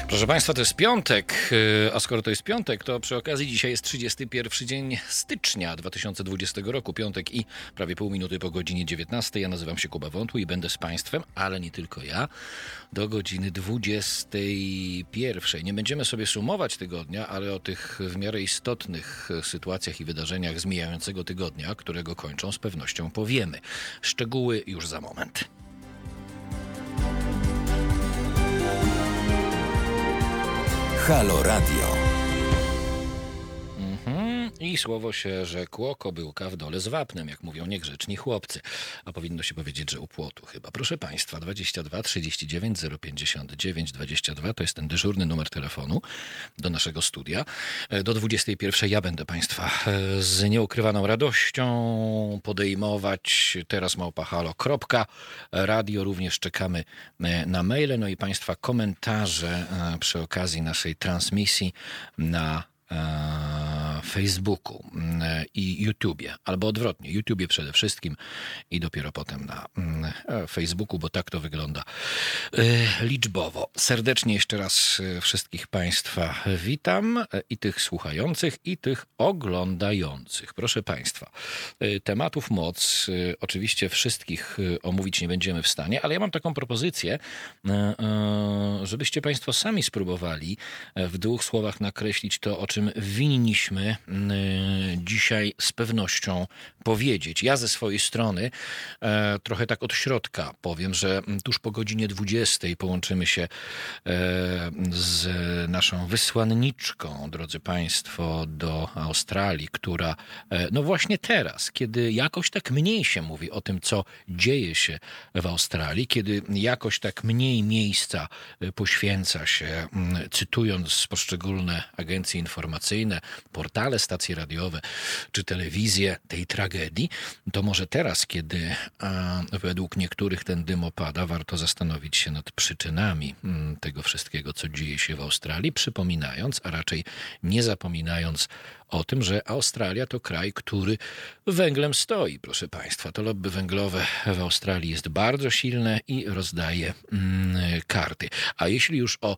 Proszę Państwa, to jest piątek, a skoro to jest piątek, to przy okazji dzisiaj jest 31 dzień stycznia 2020 roku, piątek i prawie pół minuty po godzinie 19. Ja nazywam się Kuba Wątły i będę z Państwem, ale nie tylko ja, do godziny 21. Nie będziemy sobie sumować tygodnia, ale o tych w miarę istotnych sytuacjach i wydarzeniach z mijającego tygodnia, którego kończą, z pewnością powiemy. Szczegóły już za moment. Halo Radio. I słowo się rzekło, kobyłka w dole z wapnem, jak mówią niegrzeczni chłopcy. A powinno się powiedzieć, że u płotu chyba. Proszę Państwa, 22 39 059 22 to jest ten dyżurny numer telefonu do naszego studia. Do 21 ja będę Państwa z nieukrywaną radością podejmować. Teraz @halo.radio. Również czekamy na maile, no i Państwa komentarze przy okazji naszej transmisji na Facebooku i YouTubie, albo odwrotnie, YouTubie przede wszystkim i dopiero potem na Facebooku, bo tak to wygląda liczbowo. Serdecznie jeszcze raz wszystkich Państwa witam, i tych słuchających, i tych oglądających. Proszę Państwa, tematów moc, oczywiście wszystkich omówić nie będziemy w stanie, ale ja mam taką propozycję, żebyście Państwo sami spróbowali w dwóch słowach nakreślić to, o czym winniśmy dzisiaj z pewnością powiedzieć. Ja ze swojej strony trochę tak od środka powiem, że tuż po godzinie 20 połączymy się z naszą wysłanniczką, drodzy Państwo, do Australii, która no właśnie teraz, kiedy jakoś tak mniej się mówi o tym, co dzieje się w Australii, kiedy jakoś tak mniej miejsca poświęca się, cytując poszczególne agencje informacyjne, portale, stacje radiowe czy telewizje, tej tragedii, to może teraz, kiedy według niektórych ten dym opada, warto zastanowić się nad przyczynami tego wszystkiego, co dzieje się w Australii, przypominając, a raczej nie zapominając o tym, że Australia to kraj, który węglem stoi, proszę Państwa. To lobby węglowe w Australii jest bardzo silne i rozdaje karty. A jeśli już o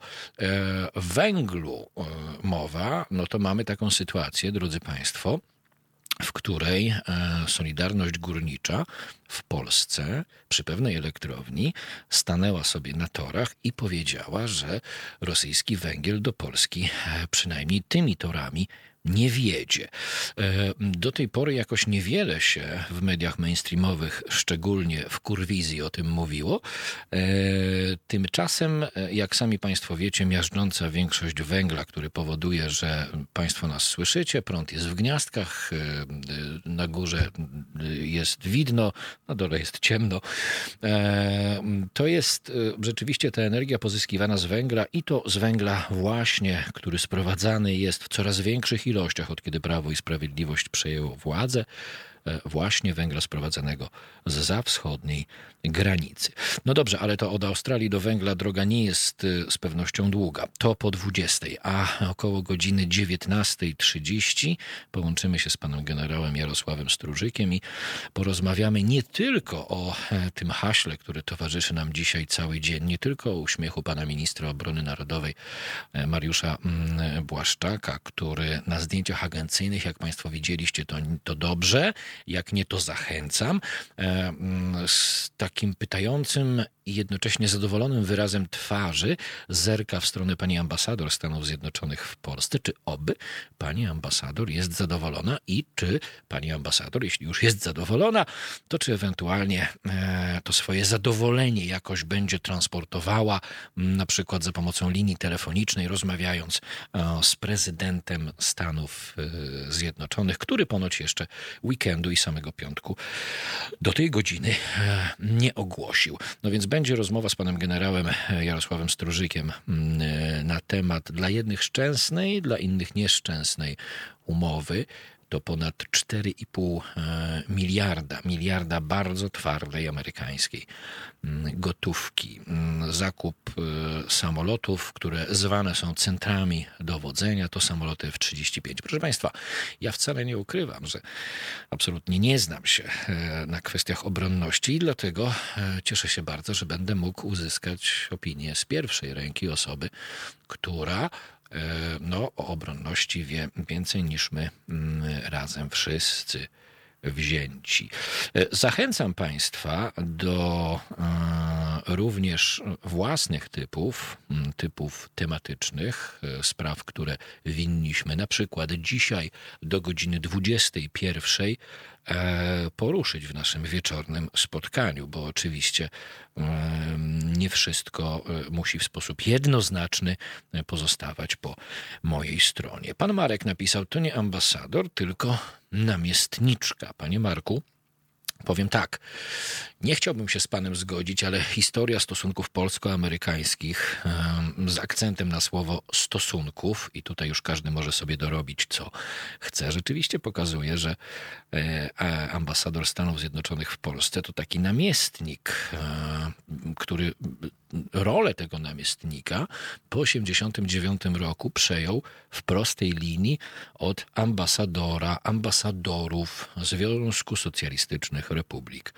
węglu mowa, no to mamy taką sytuację, drodzy Państwo, w której Solidarność Górnicza w Polsce przy pewnej elektrowni stanęła sobie na torach i powiedziała, że rosyjski węgiel do Polski przynajmniej tymi torami nie wiedzie. Do tej pory jakoś niewiele się w mediach mainstreamowych, szczególnie w Kurwizji, o tym mówiło. Tymczasem, jak sami Państwo wiecie, miażdżąca większość węgla, który powoduje, że Państwo nas słyszycie, prąd jest w gniazdkach, na górze jest widno, na dole jest ciemno. To jest rzeczywiście ta energia pozyskiwana z węgla i to z węgla właśnie, który sprowadzany jest w coraz większych ilościach, od kiedy Prawo i Sprawiedliwość przejęło władzę, właśnie węgla sprowadzanego zza wschodniej granicy. No dobrze, ale to od Australii do węgla droga nie jest z pewnością długa. To po 20, a około godziny 19:30 połączymy się z panem generałem Jarosławem Strużykiem i porozmawiamy nie tylko o tym haśle, który towarzyszy nam dzisiaj cały dzień, nie tylko o uśmiechu pana ministra obrony narodowej Mariusza Błaszczaka, który na zdjęciach agencyjnych, jak Państwo widzieliście, to dobrze, jak nie, to zachęcam, z takim pytającym i jednocześnie zadowolonym wyrazem twarzy zerka w stronę pani ambasador Stanów Zjednoczonych w Polsce, czy oby pani ambasador jest zadowolona i czy pani ambasador, jeśli już jest zadowolona, to czy ewentualnie to swoje zadowolenie jakoś będzie transportowała, na przykład za pomocą linii telefonicznej, rozmawiając z prezydentem Stanów Zjednoczonych, który ponoć jeszcze weekendu i samego piątku do tej godziny nie ogłosił. No więc będzie rozmowa z panem generałem Jarosławem Strużykiem na temat dla jednych szczęsnej, dla innych nieszczęsnej umowy. to ponad 4,5 miliarda bardzo twardej amerykańskiej gotówki. Zakup samolotów, które zwane są centrami dowodzenia, to samoloty F-35. Proszę Państwa, ja wcale nie ukrywam, że absolutnie nie znam się na kwestiach obronności i dlatego cieszę się bardzo, że będę mógł uzyskać opinię z pierwszej ręki osoby, która o obronności wie więcej niż my razem wszyscy wzięci. Zachęcam Państwa do również własnych typów tematycznych, spraw, które winniśmy na przykład dzisiaj do godziny 21 poruszyć w naszym wieczornym spotkaniu, bo oczywiście nie wszystko musi w sposób jednoznaczny pozostawać po mojej stronie. Pan Marek napisał, to nie ambasador, tylko namiestniczka. Panie Marku, powiem tak, nie chciałbym się z panem zgodzić, ale historia stosunków polsko-amerykańskich z akcentem na słowo stosunków, i tutaj już każdy może sobie dorobić, co chce, rzeczywiście pokazuje, że ambasador Stanów Zjednoczonych w Polsce to taki namiestnik, który rolę tego namiestnika po 1989 roku przejął w prostej linii od ambasadorów Związku Socjalistycznych Republik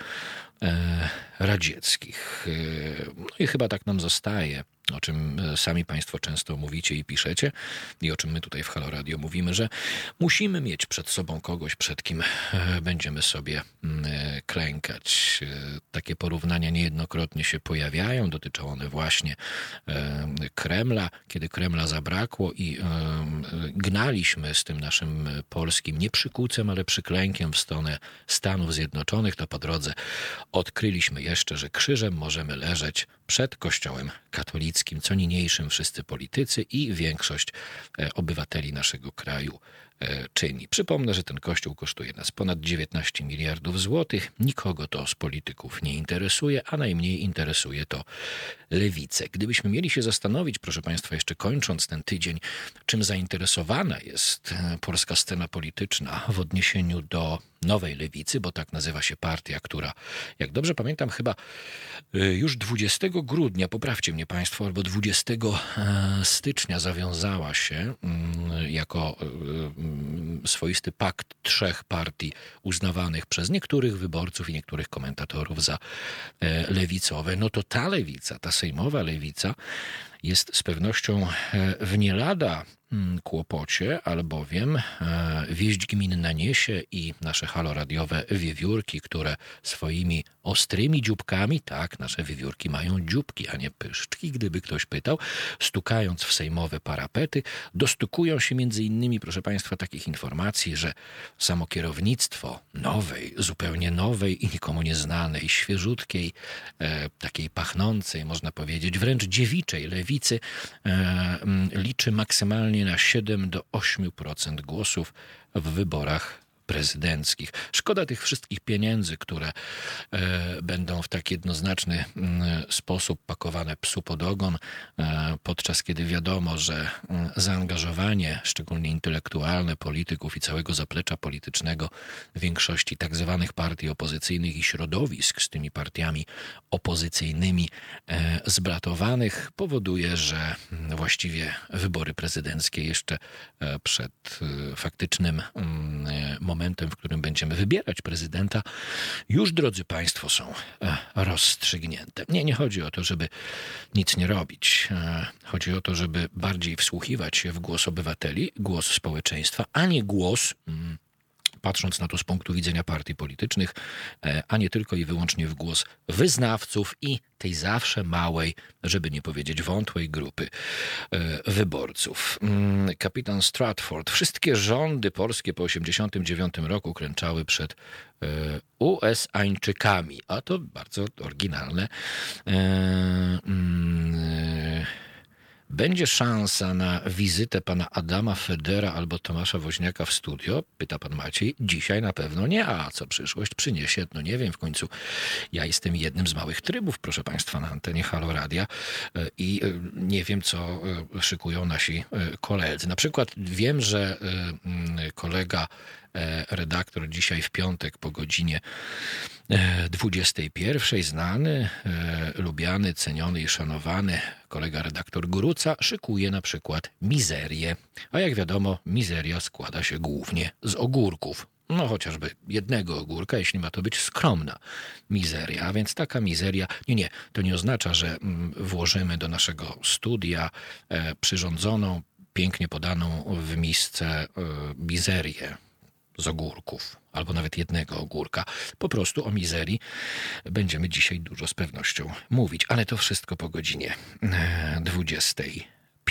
Radzieckich. No i chyba tak nam zostaje, o czym sami Państwo często mówicie i piszecie i o czym my tutaj w Halo Radio mówimy, że musimy mieć przed sobą kogoś, przed kim będziemy sobie klękać. Takie porównania niejednokrotnie się pojawiają, dotyczą one właśnie Kremla, kiedy Kremla zabrakło i gnaliśmy z tym naszym polskim nie przykucem, ale przyklękiem w stronę Stanów Zjednoczonych, to po drodze odkryliśmy jeszcze, że krzyżem możemy leżeć przed Kościołem katolickim, co niniejszym wszyscy politycy i większość obywateli naszego kraju czyni. Przypomnę, że ten kościół kosztuje nas ponad 19 miliardów złotych. Nikogo to z polityków nie interesuje, a najmniej interesuje to lewicę. Gdybyśmy mieli się zastanowić, proszę Państwa, jeszcze kończąc ten tydzień, czym zainteresowana jest polska scena polityczna w odniesieniu do Nowej Lewicy, bo tak nazywa się partia, która, jak dobrze pamiętam, chyba już 20 grudnia, poprawcie mnie Państwo, albo 20 stycznia zawiązała się jako swoisty pakt 3 partii uznawanych przez niektórych wyborców i niektórych komentatorów za lewicowe. No to ta lewica, ta sejmowa lewica jest z pewnością w nie lada kłopocie, albowiem wieść gminna niesie i nasze haloradiowe wiewiórki, które swoimi ostrymi dzióbkami, tak, nasze wiewiórki mają dzióbki, a nie pyszczki, gdyby ktoś pytał, stukając w sejmowe parapety, dostukują się między innymi, proszę Państwa, takich informacji, że samo kierownictwo nowej, zupełnie nowej i nikomu nieznanej, świeżutkiej, takiej pachnącej, można powiedzieć, wręcz dziewiczej lewicy liczy maksymalnie na 7 do 8% głosów w wyborach prezydenckich. Szkoda tych wszystkich pieniędzy, które będą w tak jednoznaczny sposób pakowane psu pod ogon, podczas kiedy wiadomo, że zaangażowanie, szczególnie intelektualne, polityków i całego zaplecza politycznego większości tak zwanych partii opozycyjnych i środowisk z tymi partiami opozycyjnymi zblatowanych powoduje, że właściwie wybory prezydenckie jeszcze przed faktycznym momentem, w którym będziemy wybierać prezydenta, już, drodzy Państwo, są rozstrzygnięte. Nie chodzi o to, żeby nic nie robić. Chodzi o to, żeby bardziej wsłuchiwać się w głos obywateli, głos społeczeństwa, a nie głos, patrząc na to z punktu widzenia partii politycznych, a nie tylko i wyłącznie w głos wyznawców i tej zawsze małej, żeby nie powiedzieć wątłej grupy wyborców. Kapitan Stratford. Wszystkie rządy polskie po 1989 roku klęczały przed US-ańczykami. A to bardzo oryginalne. Będzie szansa na wizytę pana Adama Federa albo Tomasza Woźniaka w studio? Pyta pan Maciej. Dzisiaj na pewno nie, a co przyszłość przyniesie? No nie wiem, w końcu ja jestem jednym z małych trybów, proszę państwa, na antenie Halo Radia i nie wiem, co szykują nasi koledzy. Na przykład wiem, że kolega redaktor dzisiaj w piątek po godzinie 21, znany, lubiany, ceniony i szanowany kolega redaktor Guruca szykuje na przykład mizerię. A jak wiadomo, mizeria składa się głównie z ogórków. No chociażby jednego ogórka, jeśli ma to być skromna mizeria. A więc taka mizeria, nie, to nie oznacza, że włożymy do naszego studia przyrządzoną, pięknie podaną w misce mizerię z ogórków, albo nawet jednego ogórka. Po prostu o mizerii będziemy dzisiaj dużo z pewnością mówić, ale to wszystko po godzinie 21.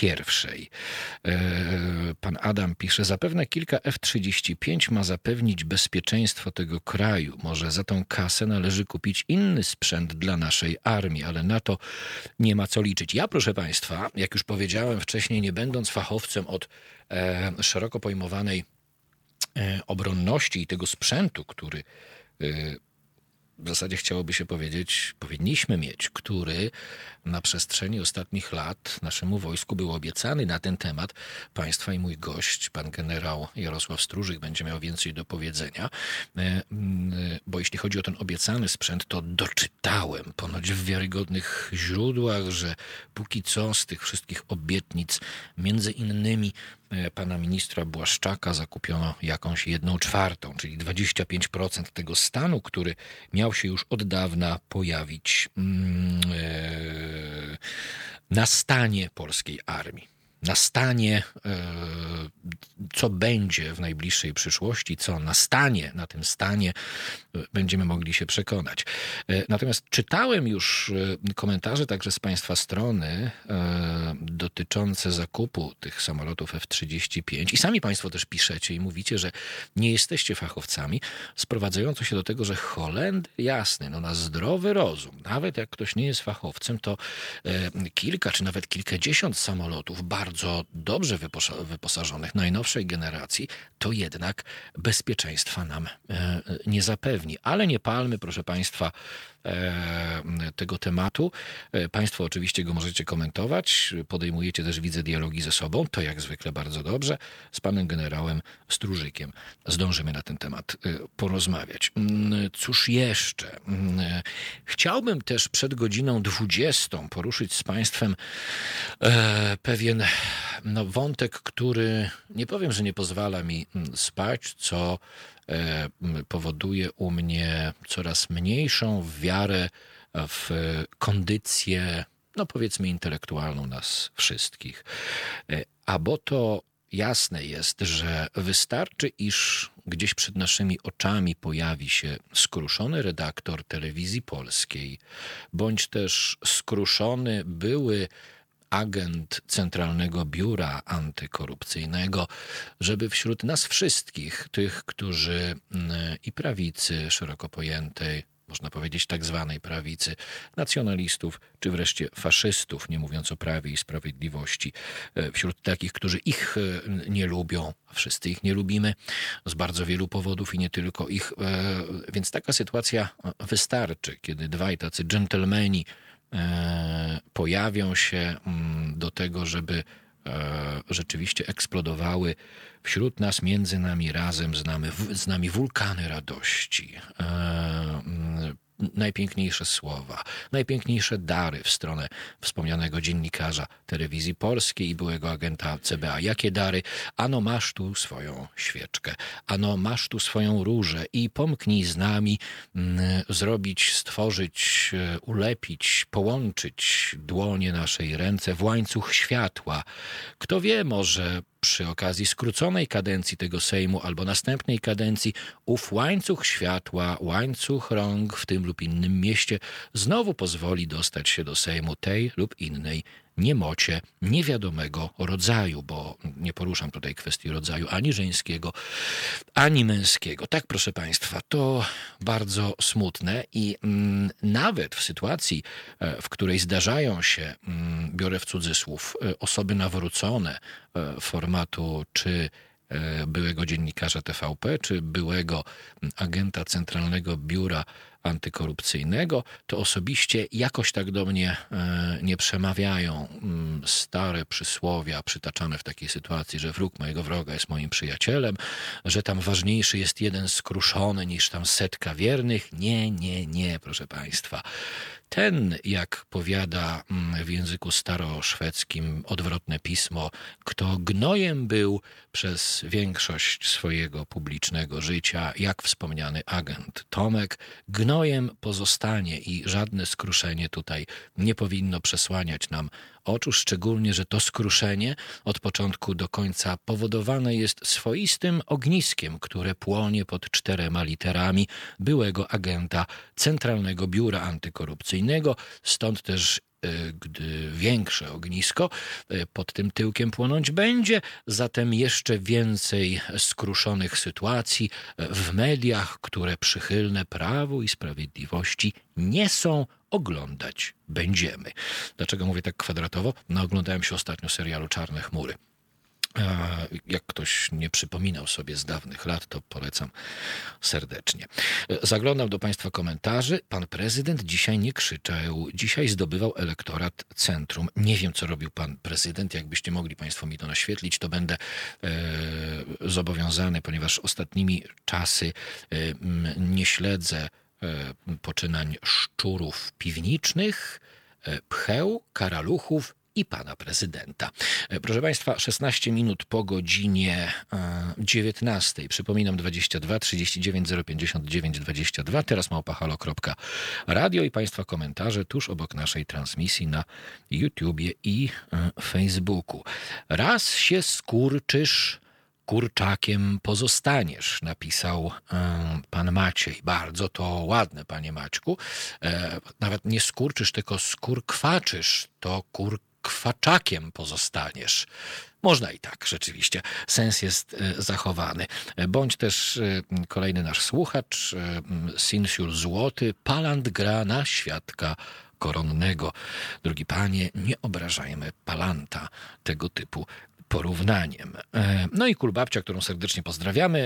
Pan Adam pisze, zapewne kilka F-35 ma zapewnić bezpieczeństwo tego kraju. Może za tą kasę należy kupić inny sprzęt dla naszej armii, ale na to nie ma co liczyć. Ja, proszę Państwa, jak już powiedziałem wcześniej, nie będąc fachowcem od szeroko pojmowanej obronności i tego sprzętu, który w zasadzie chciałoby się powiedzieć, powinniśmy mieć, który na przestrzeni ostatnich lat naszemu wojsku był obiecany. Na ten temat państwa i mój gość, pan generał Jarosław Stróżyk, będzie miał więcej do powiedzenia, bo jeśli chodzi o ten obiecany sprzęt, to doczytałem ponoć w wiarygodnych źródłach, że póki co z tych wszystkich obietnic, między innymi pana ministra Błaszczaka, zakupiono jakąś 1/4, czyli 25% tego stanu, który miał się już od dawna pojawić na stanie polskiej armii. Na stanie, co będzie w najbliższej przyszłości, co nastanie na tym stanie, będziemy mogli się przekonać. Natomiast czytałem już komentarze także z Państwa strony dotyczące zakupu tych samolotów F-35 i sami Państwo też piszecie i mówicie, że nie jesteście fachowcami, sprowadzająco się do tego, że Holendry, jasne, no na zdrowy rozum, nawet jak ktoś nie jest fachowcem, to kilka czy nawet kilkadziesiąt samolotów bardzo dobrze wyposażonych, najnowszej generacji, to jednak bezpieczeństwa nam nie zapewni. Ale nie palmy, proszę Państwa, tego tematu. Państwo oczywiście go możecie komentować, podejmujecie też, widzę, dialogi ze sobą, to jak zwykle bardzo dobrze. Z panem generałem Stróżykiem zdążymy na ten temat porozmawiać. Cóż jeszcze? Chciałbym też przed godziną 20 poruszyć z Państwem pewien wątek, który nie powiem, że nie pozwala mi spać, co powoduje u mnie coraz mniejszą wiarę w kondycję, no powiedzmy, intelektualną nas wszystkich. A bo to jasne jest, że wystarczy, iż gdzieś przed naszymi oczami pojawi się skruszony redaktor Telewizji Polskiej, bądź też skruszony były agent Centralnego Biura Antykorupcyjnego, żeby wśród nas wszystkich, tych, którzy i prawicy szeroko pojętej, można powiedzieć tak zwanej prawicy, nacjonalistów, czy wreszcie faszystów, nie mówiąc o Prawie i Sprawiedliwości, wśród takich, którzy ich nie lubią, wszyscy ich nie lubimy, z bardzo wielu powodów i nie tylko ich, więc taka sytuacja wystarczy, kiedy dwaj tacy dżentelmeni pojawią się do tego, żeby rzeczywiście eksplodowały wśród nas, między nami, razem z nami wulkany radości. Najpiękniejsze słowa, najpiękniejsze dary w stronę wspomnianego dziennikarza Telewizji Polskiej i byłego agenta CBA. Jakie dary? Ano masz tu swoją świeczkę, ano masz tu swoją różę i pomknij z nami zrobić, stworzyć, ulepić, połączyć dłonie naszej ręce w łańcuch światła. Kto wie, może przy okazji skróconej kadencji tego Sejmu albo następnej kadencji ów łańcuch światła, łańcuch rąk w tym lub innym mieście znowu pozwoli dostać się do Sejmu tej lub innej niemocie niewiadomego rodzaju, bo nie poruszam tutaj kwestii rodzaju ani żeńskiego, ani męskiego. Tak, proszę Państwa, to bardzo smutne i nawet w sytuacji, w której zdarzają się, biorę w cudzysłów, osoby nawrócone formatu czy byłego dziennikarza TVP, czy byłego agenta Centralnego Biura Antykorupcyjnego, to osobiście jakoś tak do mnie nie przemawiają stare przysłowia przytaczane w takiej sytuacji, że wróg mojego wroga jest moim przyjacielem, że tam ważniejszy jest jeden skruszony niż tam setka wiernych. Nie, proszę Państwa. Ten, jak powiada w języku staroszwedzkim odwrotne pismo, kto gnojem był przez większość swojego publicznego życia, jak wspomniany agent Tomek, gnojem pozostanie i żadne skruszenie tutaj nie powinno przesłaniać nam oczu, szczególnie, że to skruszenie od początku do końca powodowane jest swoistym ogniskiem, które płonie pod 4 literami byłego agenta Centralnego Biura Antykorupcyjnego, stąd też gdy większe ognisko pod tym tyłkiem płonąć będzie, zatem jeszcze więcej skruszonych sytuacji w mediach, które przychylne Prawu i Sprawiedliwości nie są, oglądać będziemy. Dlaczego mówię tak kwadratowo? No, oglądałem się ostatnio serialu Czarne chmury. Jak ktoś nie przypominał sobie z dawnych lat, to polecam serdecznie. Zaglądam do Państwa komentarzy. Pan prezydent dzisiaj nie krzyczał. Dzisiaj zdobywał elektorat centrum. Nie wiem, co robił pan prezydent. Jakbyście mogli Państwo mi to naświetlić, to będę zobowiązany, ponieważ ostatnimi czasy nie śledzę poczynań szczurów piwniczych, pcheł, karaluchów i pana prezydenta. Proszę Państwa, 16 minut po godzinie 19. Przypominam 22 39 059 22. Teraz małpa.halo.radio i Państwa komentarze tuż obok naszej transmisji na YouTubie i Facebooku. Raz się skurczysz, kurczakiem pozostaniesz, napisał pan Maciej. Bardzo to ładne, panie Maćku. Nawet nie skurczysz, tylko skurkwaczysz, to kurkwaczakiem pozostaniesz. Można i tak, rzeczywiście. Sens jest zachowany. Bądź też kolejny nasz słuchacz, Sinsiul Złoty, Palant gra na świadka koronnego. Drogi panie, nie obrażajmy Palanta tego typu porównaniem. No i Kulbabcia, którą serdecznie pozdrawiamy,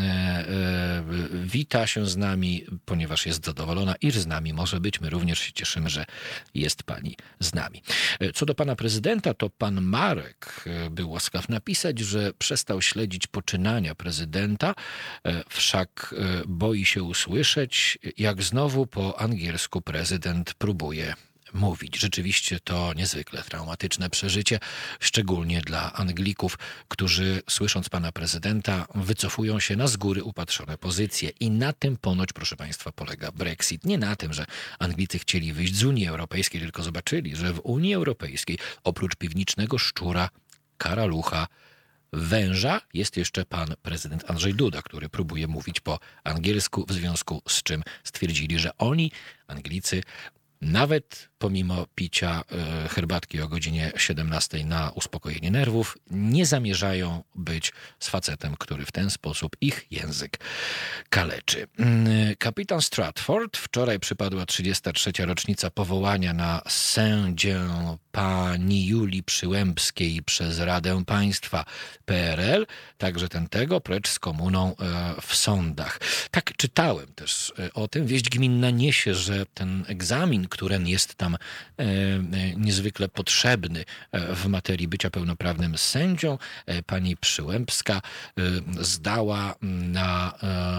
wita się z nami, ponieważ jest zadowolona, iż z nami może być. My również się cieszymy, że jest pani z nami. Co do pana prezydenta, to pan Marek był łaskaw napisać, że przestał śledzić poczynania prezydenta, wszak boi się usłyszeć, jak znowu po angielsku prezydent próbuje mówić. Rzeczywiście to niezwykle traumatyczne przeżycie, szczególnie dla Anglików, którzy słysząc pana prezydenta wycofują się na z góry upatrzone pozycje i na tym ponoć, proszę państwa, polega Brexit. Nie na tym, że Anglicy chcieli wyjść z Unii Europejskiej, tylko zobaczyli, że w Unii Europejskiej oprócz piwnicznego szczura, karalucha, węża jest jeszcze pan prezydent Andrzej Duda, który próbuje mówić po angielsku, w związku z czym stwierdzili, że oni, Anglicy, nawet pomimo picia herbatki o godzinie 17 na uspokojenie nerwów, nie zamierzają być z facetem, który w ten sposób ich język kaleczy. Kapitan Stratford, wczoraj przypadła 33. rocznica powołania na sędzię pani Julii Przyłębskiej przez Radę Państwa PRL, także tego, precz z komuną w sądach. Tak, czytałem też o tym. Wieść gminna niesie, że ten egzamin, który jest tam niezwykle potrzebny w materii bycia pełnoprawnym sędzią, pani Przyłębska zdała na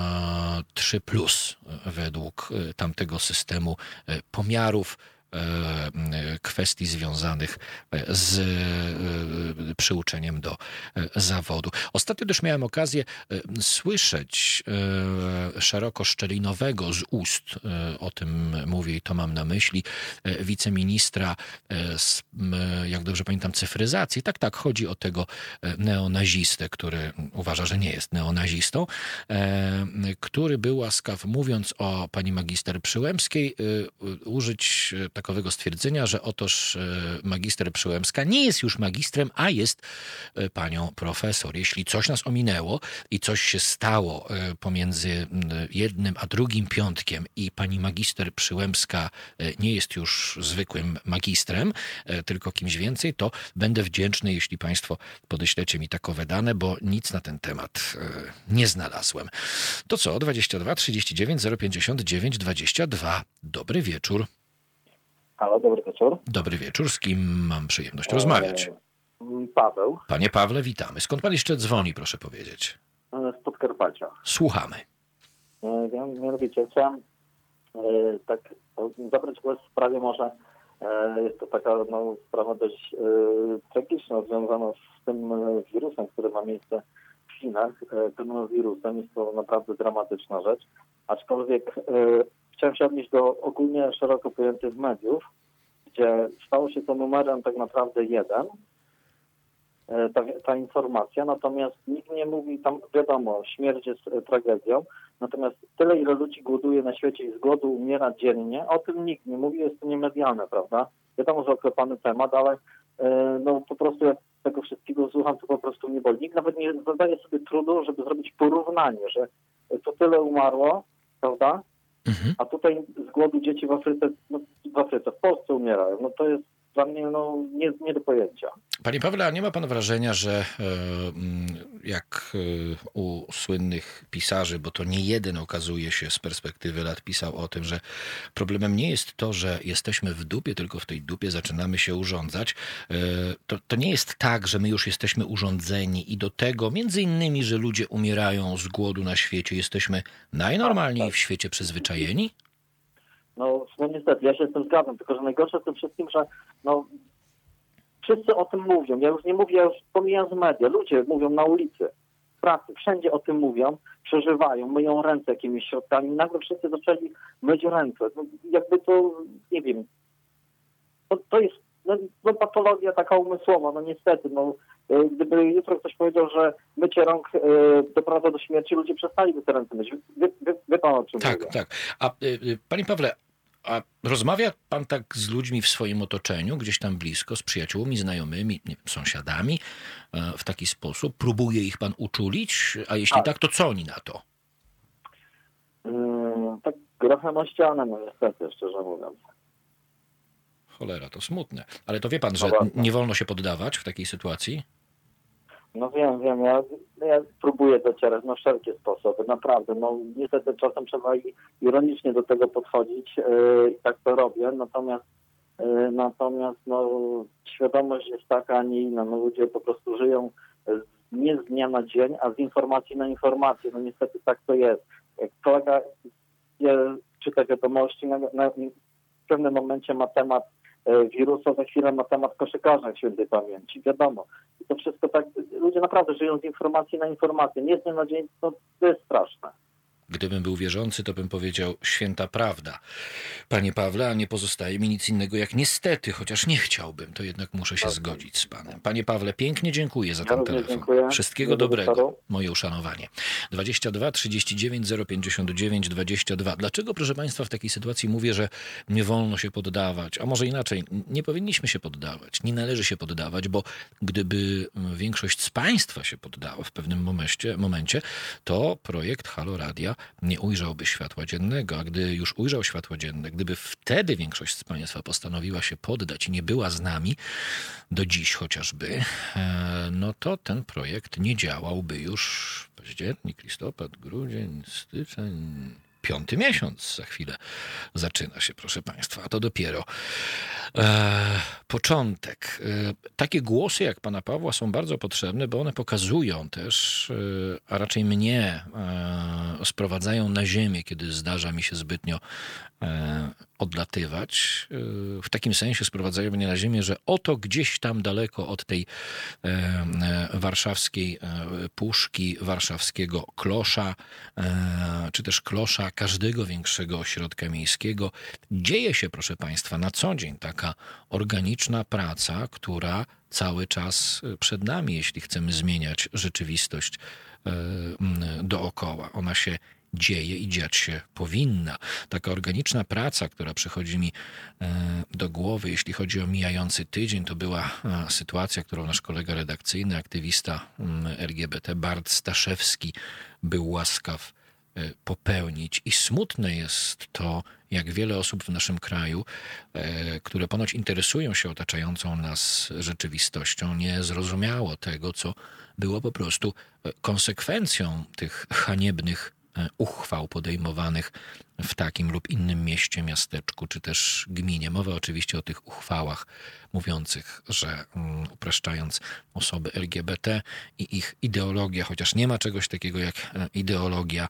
3+ według tamtego systemu pomiarów kwestii związanych z przyuczeniem do zawodu. Ostatnio też miałem okazję słyszeć szeroko szczelinowego z ust, o tym mówię i to mam na myśli, wiceministra jak dobrze pamiętam, cyfryzacji. Tak, chodzi o tego neonazistę, który uważa, że nie jest neonazistą, który był łaskaw, mówiąc o pani magister Przyłębskiej, użyć takowego stwierdzenia, że otóż magister Przyłębska nie jest już magistrem, a jest panią profesor. Jeśli coś nas ominęło i coś się stało pomiędzy jednym a drugim piątkiem i pani magister Przyłębska nie jest już zwykłym magistrem, tylko kimś więcej, to będę wdzięczny, jeśli państwo podeślecie mi takowe dane, bo nic na ten temat nie znalazłem. To co? 22 39 059 22. Dobry wieczór. Halo, dobry wieczór. Dobry wieczór. Z kim mam przyjemność rozmawiać? Paweł. Panie Pawle, witamy. Skąd pan jeszcze dzwoni, proszę powiedzieć? Z Podkarpacia. Słuchamy. Mianowicie chciałem tak zabrać głos w sprawie może, jest to taka sprawa dość tragiczna, związana z tym wirusem, który ma miejsce w Chinach. Tym wirusem jest to naprawdę dramatyczna rzecz, aczkolwiek chciałem się odnieść do ogólnie szeroko pojętych mediów, gdzie stało się to numerem tak naprawdę 1, ta informacja, natomiast nikt nie mówi, tam wiadomo, śmierć jest tragedią, natomiast tyle, ile ludzi głoduje na świecie i z głodu umiera dziennie, o tym nikt nie mówi, jest to niemedialne, prawda? Wiadomo, że oklepany temat, ale po prostu jak tego wszystkiego słucham, to po prostu mnie boli. Nikt nawet nie zadaje sobie trudu, żeby zrobić porównanie, że to tyle umarło, prawda? A tutaj z głodu dzieci w Polsce umierają. No to jest dla mnie nie do pojęcia. Panie Pawle, a nie ma pan wrażenia, że jak u słynnych pisarzy, bo to nie jeden okazuje się z perspektywy lat pisał o tym, że problemem nie jest to, że jesteśmy w dupie, tylko w tej dupie zaczynamy się urządzać. To nie jest tak, że my już jesteśmy urządzeni i do tego, między innymi, że ludzie umierają z głodu na świecie, jesteśmy najnormalniej w świecie przyzwyczajeni? No niestety, ja się z tym zgadzam, tylko że najgorsze w tym wszystkim, że wszyscy o tym mówią. Ja już pomijam z media. Ludzie mówią na ulicy, w pracy, wszędzie o tym mówią, przeżywają, myją ręce jakimiś środkami. Nagle wszyscy zaczęli myć ręce. Jakby to, nie wiem, to jest patologia taka umysłowa, niestety. Gdyby jutro ktoś powiedział, że mycie rąk doprowadza do śmierci, ludzie przestaliby te ręce myć. Wie pan, o czym mówię. Tak. A panie Pawle, a rozmawia pan tak z ludźmi w swoim otoczeniu, gdzieś tam blisko, z przyjaciółmi, znajomymi, nie wiem, sąsiadami, w taki sposób? Próbuje ich pan uczulić? A jeśli tak, to co oni na to? Tak grochem o ścianę, niestety, szczerze mówiąc. Cholera, to smutne. Ale to wie pan, że nie wolno się poddawać w takiej sytuacji? No wiem. Ja próbuję docierać na wszelkie sposoby, naprawdę. Niestety czasem trzeba ironicznie do tego podchodzić i tak to robię, natomiast świadomość jest taka, a nie inna. Ludzie po prostu żyją nie z dnia na dzień, a z informacji na informację. Niestety tak to jest. Jak kolega czyta wiadomości, w pewnym momencie ma temat wirusa, za chwilę ma temat koszykarza świętej pamięci. Wiadomo. I to wszystko tak, ludzie naprawdę żyją z informacji na informację. Nie z dnia na dzień, to jest straszne. Gdybym był wierzący, to bym powiedział święta prawda. Panie Pawle, a nie pozostaje mi nic innego jak niestety, chociaż nie chciałbym, to jednak muszę się zgodzić z panem. Panie Pawle, pięknie dziękuję za ten telefon. Dziękuję. Wszystkiego dobrego, moje uszanowanie. 22 39 059 22. Dlaczego, proszę państwa, w takiej sytuacji mówię, że nie wolno się poddawać? A może inaczej, nie powinniśmy się poddawać, nie należy się poddawać, bo gdyby większość z państwa się poddała w pewnym momencie, to projekt Halo Radia nie ujrzałby światła dziennego, a gdy już ujrzał światło dzienne, gdyby wtedy większość z państwa postanowiła się poddać i nie była z nami, do dziś chociażby, no to ten projekt nie działałby już październik, listopad, grudzień, styczeń, 5. miesiąc za chwilę zaczyna się, proszę państwa, a to dopiero początek. Takie głosy jak pana Pawła są bardzo potrzebne, bo one pokazują też, a raczej mnie sprowadzają na ziemię, kiedy zdarza mi się zbytnio odlatywać. W takim sensie sprowadzają mnie na ziemię, że oto gdzieś tam daleko od tej warszawskiej puszki, warszawskiego klosza, czy też klosza każdego większego ośrodka miejskiego dzieje się, proszę państwa, na co dzień taka organiczna praca, która cały czas przed nami, jeśli chcemy zmieniać rzeczywistość dookoła. Ona się dzieje i dziać się powinna. Taka organiczna praca, która przychodzi mi do głowy, jeśli chodzi o mijający tydzień, to była sytuacja, którą nasz kolega redakcyjny, aktywista LGBT Bart Staszewski był łaskaw popełnić. I smutne jest to, jak wiele osób w naszym kraju, które ponoć interesują się otaczającą nas rzeczywistością, nie zrozumiało tego, co było po prostu konsekwencją tych haniebnych uchwał podejmowanych w takim lub innym mieście, miasteczku, czy też gminie. Mowa oczywiście o tych uchwałach mówiących, że upraszczając osoby LGBT i ich ideologia, chociaż nie ma czegoś takiego jak ideologia,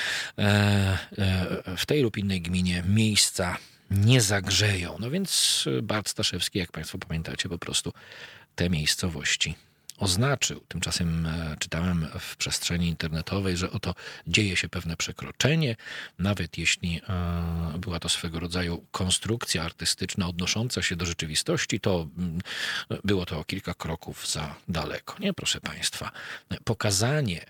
w tej lub innej gminie miejsca nie zagrzeją. No więc Bart Staszewski, jak Państwo pamiętacie, po prostu te miejscowości oznaczył. Tymczasem czytałem w przestrzeni internetowej, że oto dzieje się pewne przekroczenie, nawet jeśli była to swego rodzaju konstrukcja artystyczna odnosząca się do rzeczywistości, to było to o kilka kroków za daleko. Nie, proszę Państwa. Pokazanie,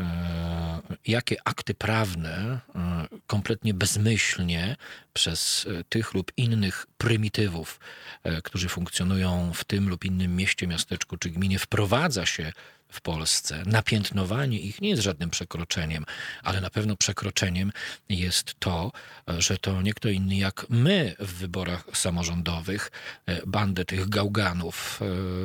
jakie akty prawne kompletnie bezmyślnie przez tych lub innych prymitywów, którzy funkcjonują w tym lub innym mieście, miasteczku czy gminie, wprowadza się w Polsce. Napiętnowanie ich nie jest żadnym przekroczeniem, ale na pewno przekroczeniem jest to, że to nie kto inny jak my w wyborach samorządowych bandę tych gałganów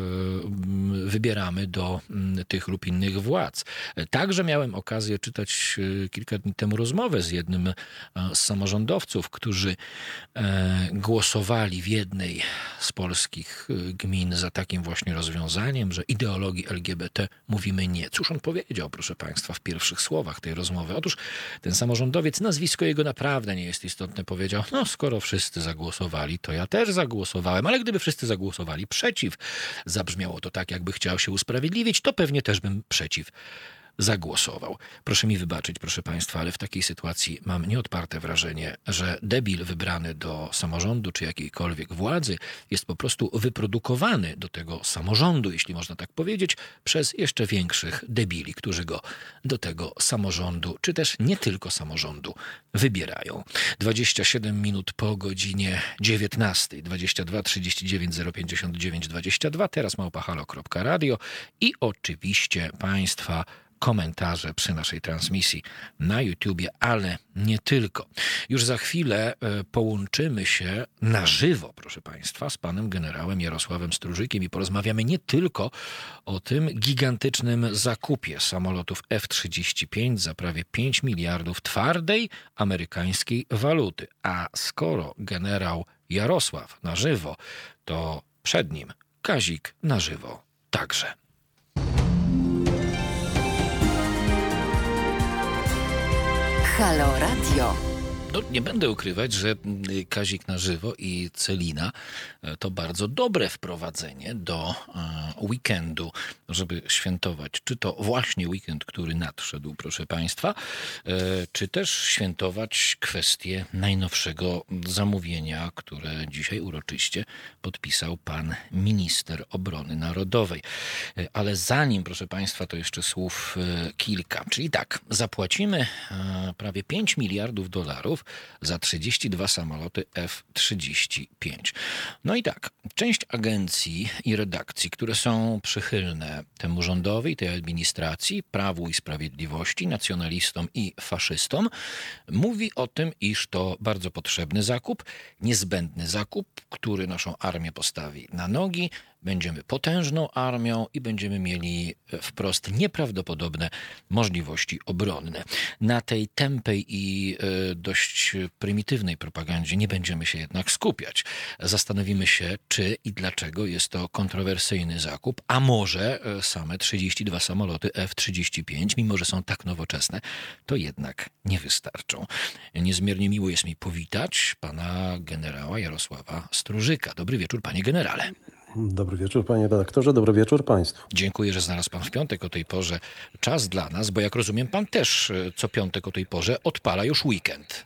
wybieramy do tych lub innych władz. Także miałem okazję czytać kilka dni temu rozmowę z jednym z samorządowców, którzy głosowali w jednej z polskich gmin za takim właśnie rozwiązaniem, że ideologii LGBT mówimy nie. Cóż on powiedział, proszę Państwa, w pierwszych słowach tej rozmowy? Otóż ten samorządowiec, nazwisko jego naprawdę nie jest istotne, powiedział, no skoro wszyscy zagłosowali, to ja też zagłosowałem, ale gdyby wszyscy zagłosowali przeciw, zabrzmiało to tak, jakby chciał się usprawiedliwić, to pewnie też bym przeciw zagłosował. Proszę mi wybaczyć, proszę Państwa, ale w takiej sytuacji mam nieodparte wrażenie, że debil wybrany do samorządu czy jakiejkolwiek władzy jest po prostu wyprodukowany do tego samorządu, jeśli można tak powiedzieć, przez jeszcze większych debili, którzy go do tego samorządu, czy też nie tylko samorządu, wybierają. 27 minut po godzinie 19, 22 39 059 22, teraz małpa.halo.radio i oczywiście Państwa komentarze przy naszej transmisji na YouTubie, ale nie tylko. Już za chwilę połączymy się na żywo, proszę Państwa, z panem generałem Jarosławem Strużykiem i porozmawiamy nie tylko o tym gigantycznym zakupie samolotów F-35 za prawie 5 miliardów twardej amerykańskiej waluty. A skoro generał Jarosław na żywo, to przed nim Kazik na żywo także. Halo Radio. No, nie będę ukrywać, że Kazik na żywo i Celina to bardzo dobre wprowadzenie do weekendu, żeby świętować, czy to właśnie weekend, który nadszedł, proszę Państwa, czy też świętować kwestię najnowszego zamówienia, które dzisiaj uroczyście podpisał pan minister obrony narodowej. Ale zanim, proszę Państwa, to jeszcze słów kilka. Czyli tak, zapłacimy prawie 5 miliardów dolarów za 32 samoloty F-35. No i tak, część agencji i redakcji, które są przychylne temu rządowi, tej administracji, Prawu i Sprawiedliwości, nacjonalistom i faszystom, mówi o tym, iż to bardzo potrzebny zakup, niezbędny zakup, który naszą armię postawi na nogi. Będziemy potężną armią i będziemy mieli wprost nieprawdopodobne możliwości obronne. Na tej tępej i dość prymitywnej propagandzie nie będziemy się jednak skupiać. Zastanowimy się, czy i dlaczego jest to kontrowersyjny zakup, a może same 32 samoloty F-35, mimo że są tak nowoczesne, to jednak nie wystarczą. Niezmiernie miło jest mi powitać pana generała Jarosława Strużyka. Dobry wieczór, panie generale. Dobry wieczór, panie redaktorze, dobry wieczór państwu. Dziękuję, że znalazł pan w piątek o tej porze czas dla nas, bo jak rozumiem, pan też co piątek o tej porze odpala już weekend.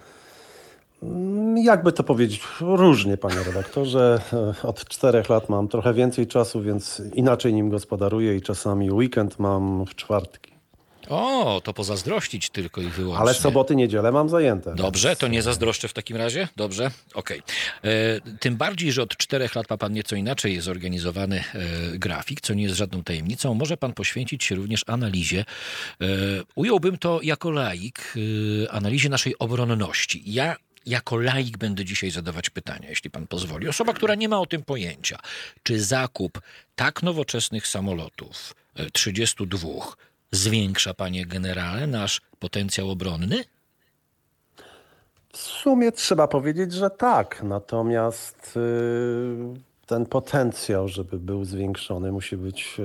Jakby to powiedzieć, różnie, panie redaktorze. Od 4 lat mam trochę więcej czasu, więc inaczej nim gospodaruję i czasami weekend mam w czwartki. O, to pozazdrościć tylko i wyłącznie. Ale soboty, niedzielę mam zajęte. Dobrze, to nie zazdroszczę w takim razie. Dobrze, okej. Tym bardziej, że od 4 lat ma pan nieco inaczej zorganizowany grafik, co nie jest żadną tajemnicą. Może pan poświęcić się również analizie. Ująłbym to jako laik, analizie naszej obronności. Ja jako laik będę dzisiaj zadawać pytania, jeśli pan pozwoli. Osoba, która nie ma o tym pojęcia. Czy zakup tak nowoczesnych samolotów, 32, zwiększa, panie generale, nasz potencjał obronny? W sumie trzeba powiedzieć, że tak. Natomiast ten potencjał, żeby był zwiększony, musi być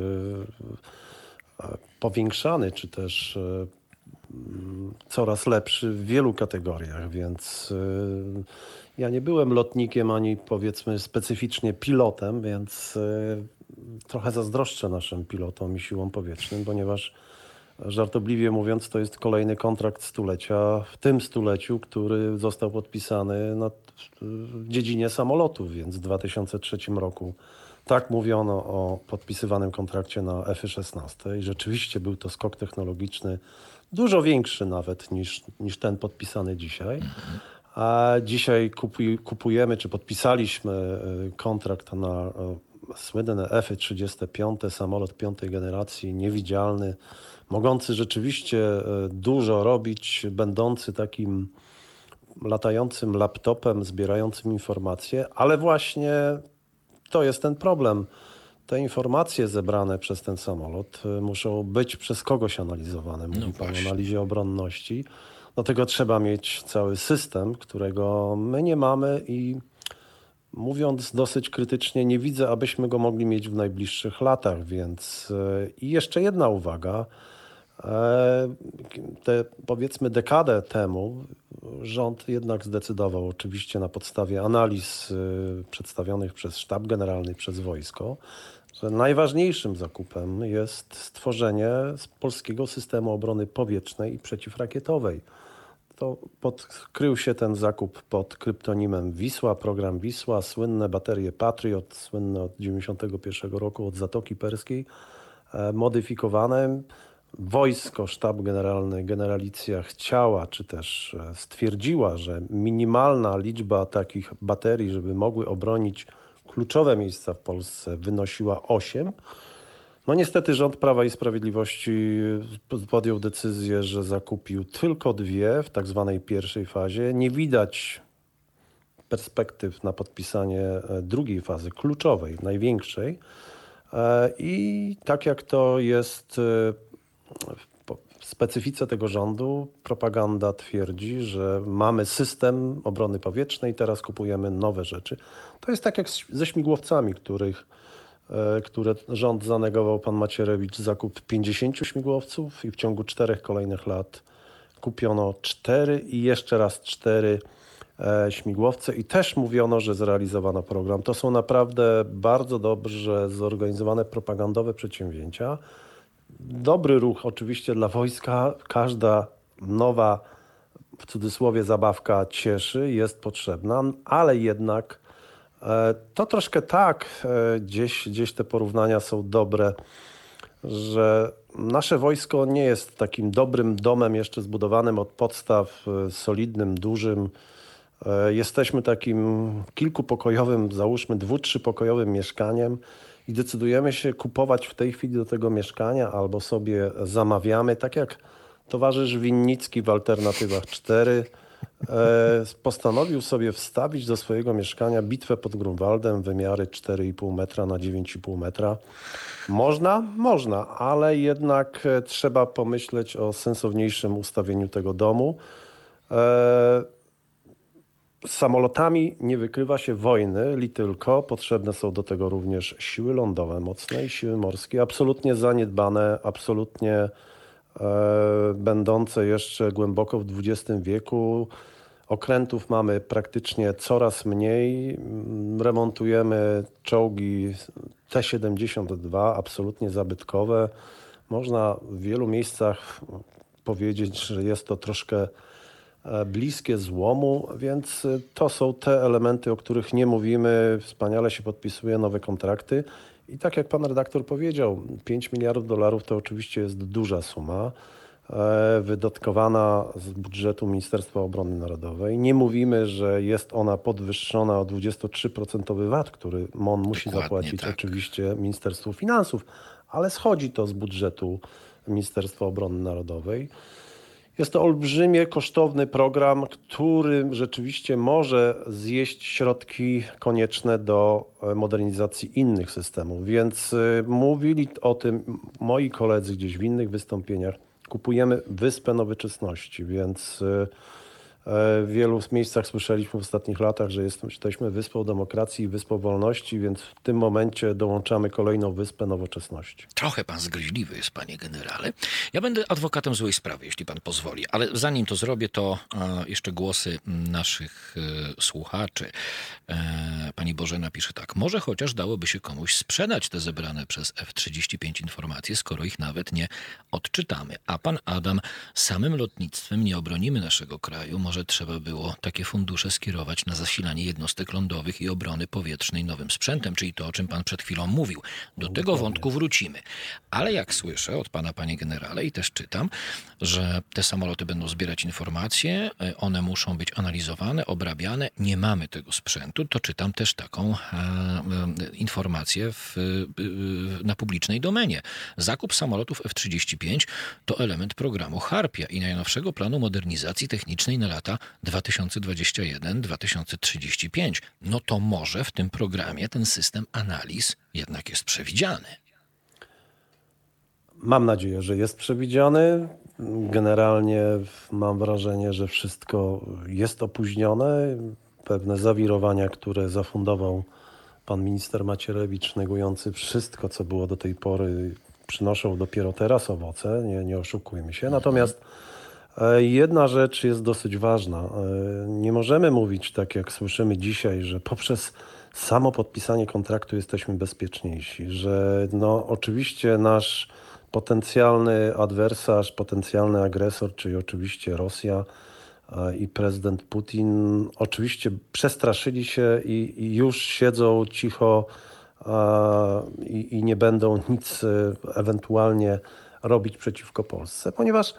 powiększany, czy też coraz lepszy w wielu kategoriach, więc ja nie byłem lotnikiem ani powiedzmy specyficznie pilotem, więc trochę zazdroszczę naszym pilotom i siłom powietrznym, ponieważ żartobliwie mówiąc, to jest kolejny kontrakt stulecia w tym stuleciu, który został podpisany w dziedzinie samolotów, więc w 2003 roku tak mówiono o podpisywanym kontrakcie na F-16 i rzeczywiście był to skok technologiczny dużo większy nawet niż ten podpisany dzisiaj. A dzisiaj kupujemy, czy podpisaliśmy kontrakt na słynne F-35, samolot piątej generacji, niewidzialny, mogący rzeczywiście dużo robić, będący takim latającym laptopem, zbierającym informacje, ale właśnie to jest ten problem. Te informacje zebrane przez ten samolot muszą być przez kogoś analizowane. Mówi pan o analizie obronności. Do tego trzeba mieć cały system, którego my nie mamy i mówiąc dosyć krytycznie, nie widzę, abyśmy go mogli mieć w najbliższych latach. Więc i jeszcze jedna uwaga. Powiedzmy dekadę temu rząd jednak zdecydował, oczywiście na podstawie analiz przedstawionych przez Sztab Generalny, przez wojsko, że najważniejszym zakupem jest stworzenie polskiego systemu obrony powietrznej i przeciwrakietowej. To krył się ten zakup pod kryptonimem Wisła, program Wisła, słynne baterie Patriot, słynne od 1991 roku, od Zatoki Perskiej, modyfikowane. Wojsko, Sztab Generalny, Generalicja chciała, czy też stwierdziła, że minimalna liczba takich baterii, żeby mogły obronić kluczowe miejsca w Polsce, wynosiła 8. No niestety rząd Prawa i Sprawiedliwości podjął decyzję, że zakupił tylko 2 w tak zwanej pierwszej fazie. Nie widać perspektyw na podpisanie drugiej fazy, kluczowej, największej. I tak jak to jest w specyfice tego rządu, propaganda twierdzi, że mamy system obrony powietrznej, teraz kupujemy nowe rzeczy. To jest tak jak ze śmigłowcami, które rząd zanegował, pan Macierewicz, zakup 50 śmigłowców i w ciągu 4 kolejnych lat kupiono 4 i jeszcze raz 4 śmigłowce i też mówiono, że zrealizowano program. To są naprawdę bardzo dobrze zorganizowane propagandowe przedsięwzięcia. Dobry ruch oczywiście dla wojska. Każda nowa, w cudzysłowie, zabawka cieszy, jest potrzebna, ale jednak to troszkę tak, gdzieś te porównania są dobre, że nasze wojsko nie jest takim dobrym domem jeszcze zbudowanym od podstaw, solidnym, dużym. Jesteśmy takim kilkupokojowym, załóżmy 2-3-pokojowym mieszkaniem i decydujemy się kupować w tej chwili do tego mieszkania albo sobie zamawiamy, tak jak towarzysz Winnicki w Alternatywach 4 postanowił sobie wstawić do swojego mieszkania bitwę pod Grunwaldem, wymiary 4,5 metra na 9,5 metra. Można, ale jednak trzeba pomyśleć o sensowniejszym ustawieniu tego domu. Z samolotami nie wykrywa się wojny, li tylko potrzebne są do tego również siły lądowe mocne i siły morskie, absolutnie zaniedbane, absolutnie będące jeszcze głęboko w XX wieku. Okrętów mamy praktycznie coraz mniej. Remontujemy czołgi T-72, absolutnie zabytkowe. Można w wielu miejscach powiedzieć, że jest to troszkę bliskie złomu, więc to są te elementy, o których nie mówimy. Wspaniale się podpisuje nowe kontrakty. I tak jak pan redaktor powiedział, $5 miliardów to oczywiście jest duża suma. wydatkowana z budżetu Ministerstwa Obrony Narodowej. Nie mówimy, że jest ona podwyższona o 23% VAT, który MON musi Dokładnie zapłacić tak. oczywiście Ministerstwu Finansów, ale schodzi to z budżetu Ministerstwa Obrony Narodowej. Jest to olbrzymie, kosztowny program, który rzeczywiście może zjeść środki konieczne do modernizacji innych systemów. Więc mówili o tym moi koledzy gdzieś w innych wystąpieniach. Kupujemy Wyspę Nowoczesności, więc w wielu miejscach słyszeliśmy w ostatnich latach, że jesteśmy wyspą demokracji i wyspą wolności, więc w tym momencie dołączamy kolejną Wyspę Nowoczesności. Trochę pan zgryźliwy jest, panie generale. Ja będę adwokatem złej sprawy, jeśli pan pozwoli, ale zanim to zrobię, to jeszcze głosy naszych słuchaczy. Pani Bożena pisze tak. Może chociaż dałoby się komuś sprzedać te zebrane przez F-35 informacje, skoro ich nawet nie odczytamy. A pan Adam, samym lotnictwem nie obronimy naszego kraju. Może trzeba było takie fundusze skierować na zasilanie jednostek lądowych i obrony powietrznej nowym sprzętem, czyli to, o czym pan przed chwilą mówił. Do tego wątku wrócimy. Ale jak słyszę od pana, panie generale, i też czytam, że te samoloty będą zbierać informacje, one muszą być analizowane, obrabiane. Nie mamy tego sprzętu. To czytam też taką informację na publicznej domenie. Zakup samolotów F-35 to element programu Harpia i najnowszego planu modernizacji technicznej na lata 2021-2035. No to może w tym programie ten system analiz jednak jest przewidziany. Mam nadzieję, że jest przewidziany. Generalnie mam wrażenie, że wszystko jest opóźnione. Pewne zawirowania, które zafundował pan minister Macierewicz, negujący wszystko, co było do tej pory, przynoszą dopiero teraz owoce, nie oszukujmy się. Natomiast jedna rzecz jest dosyć ważna. Nie możemy mówić, tak jak słyszymy dzisiaj, że poprzez samo podpisanie kontraktu jesteśmy bezpieczniejsi, że oczywiście nasz potencjalny adwersarz, potencjalny agresor, czyli oczywiście Rosja i prezydent Putin, oczywiście przestraszyli się i już siedzą cicho i nie będą nic ewentualnie robić przeciwko Polsce, ponieważ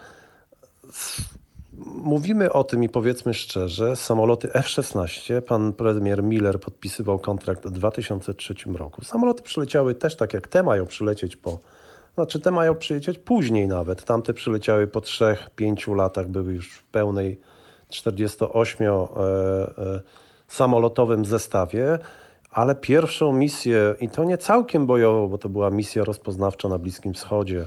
mówimy o tym i powiedzmy szczerze, samoloty F-16, pan premier Miller podpisywał kontrakt w 2003 roku. Samoloty przyleciały też tak jak te mają przylecieć te mają przylecieć później nawet. Tamte przyleciały po 3-5 latach, były już w pełnej 48-samolotowym zestawie, ale pierwszą misję, i to nie całkiem bojową, bo to była misja rozpoznawcza na Bliskim Wschodzie,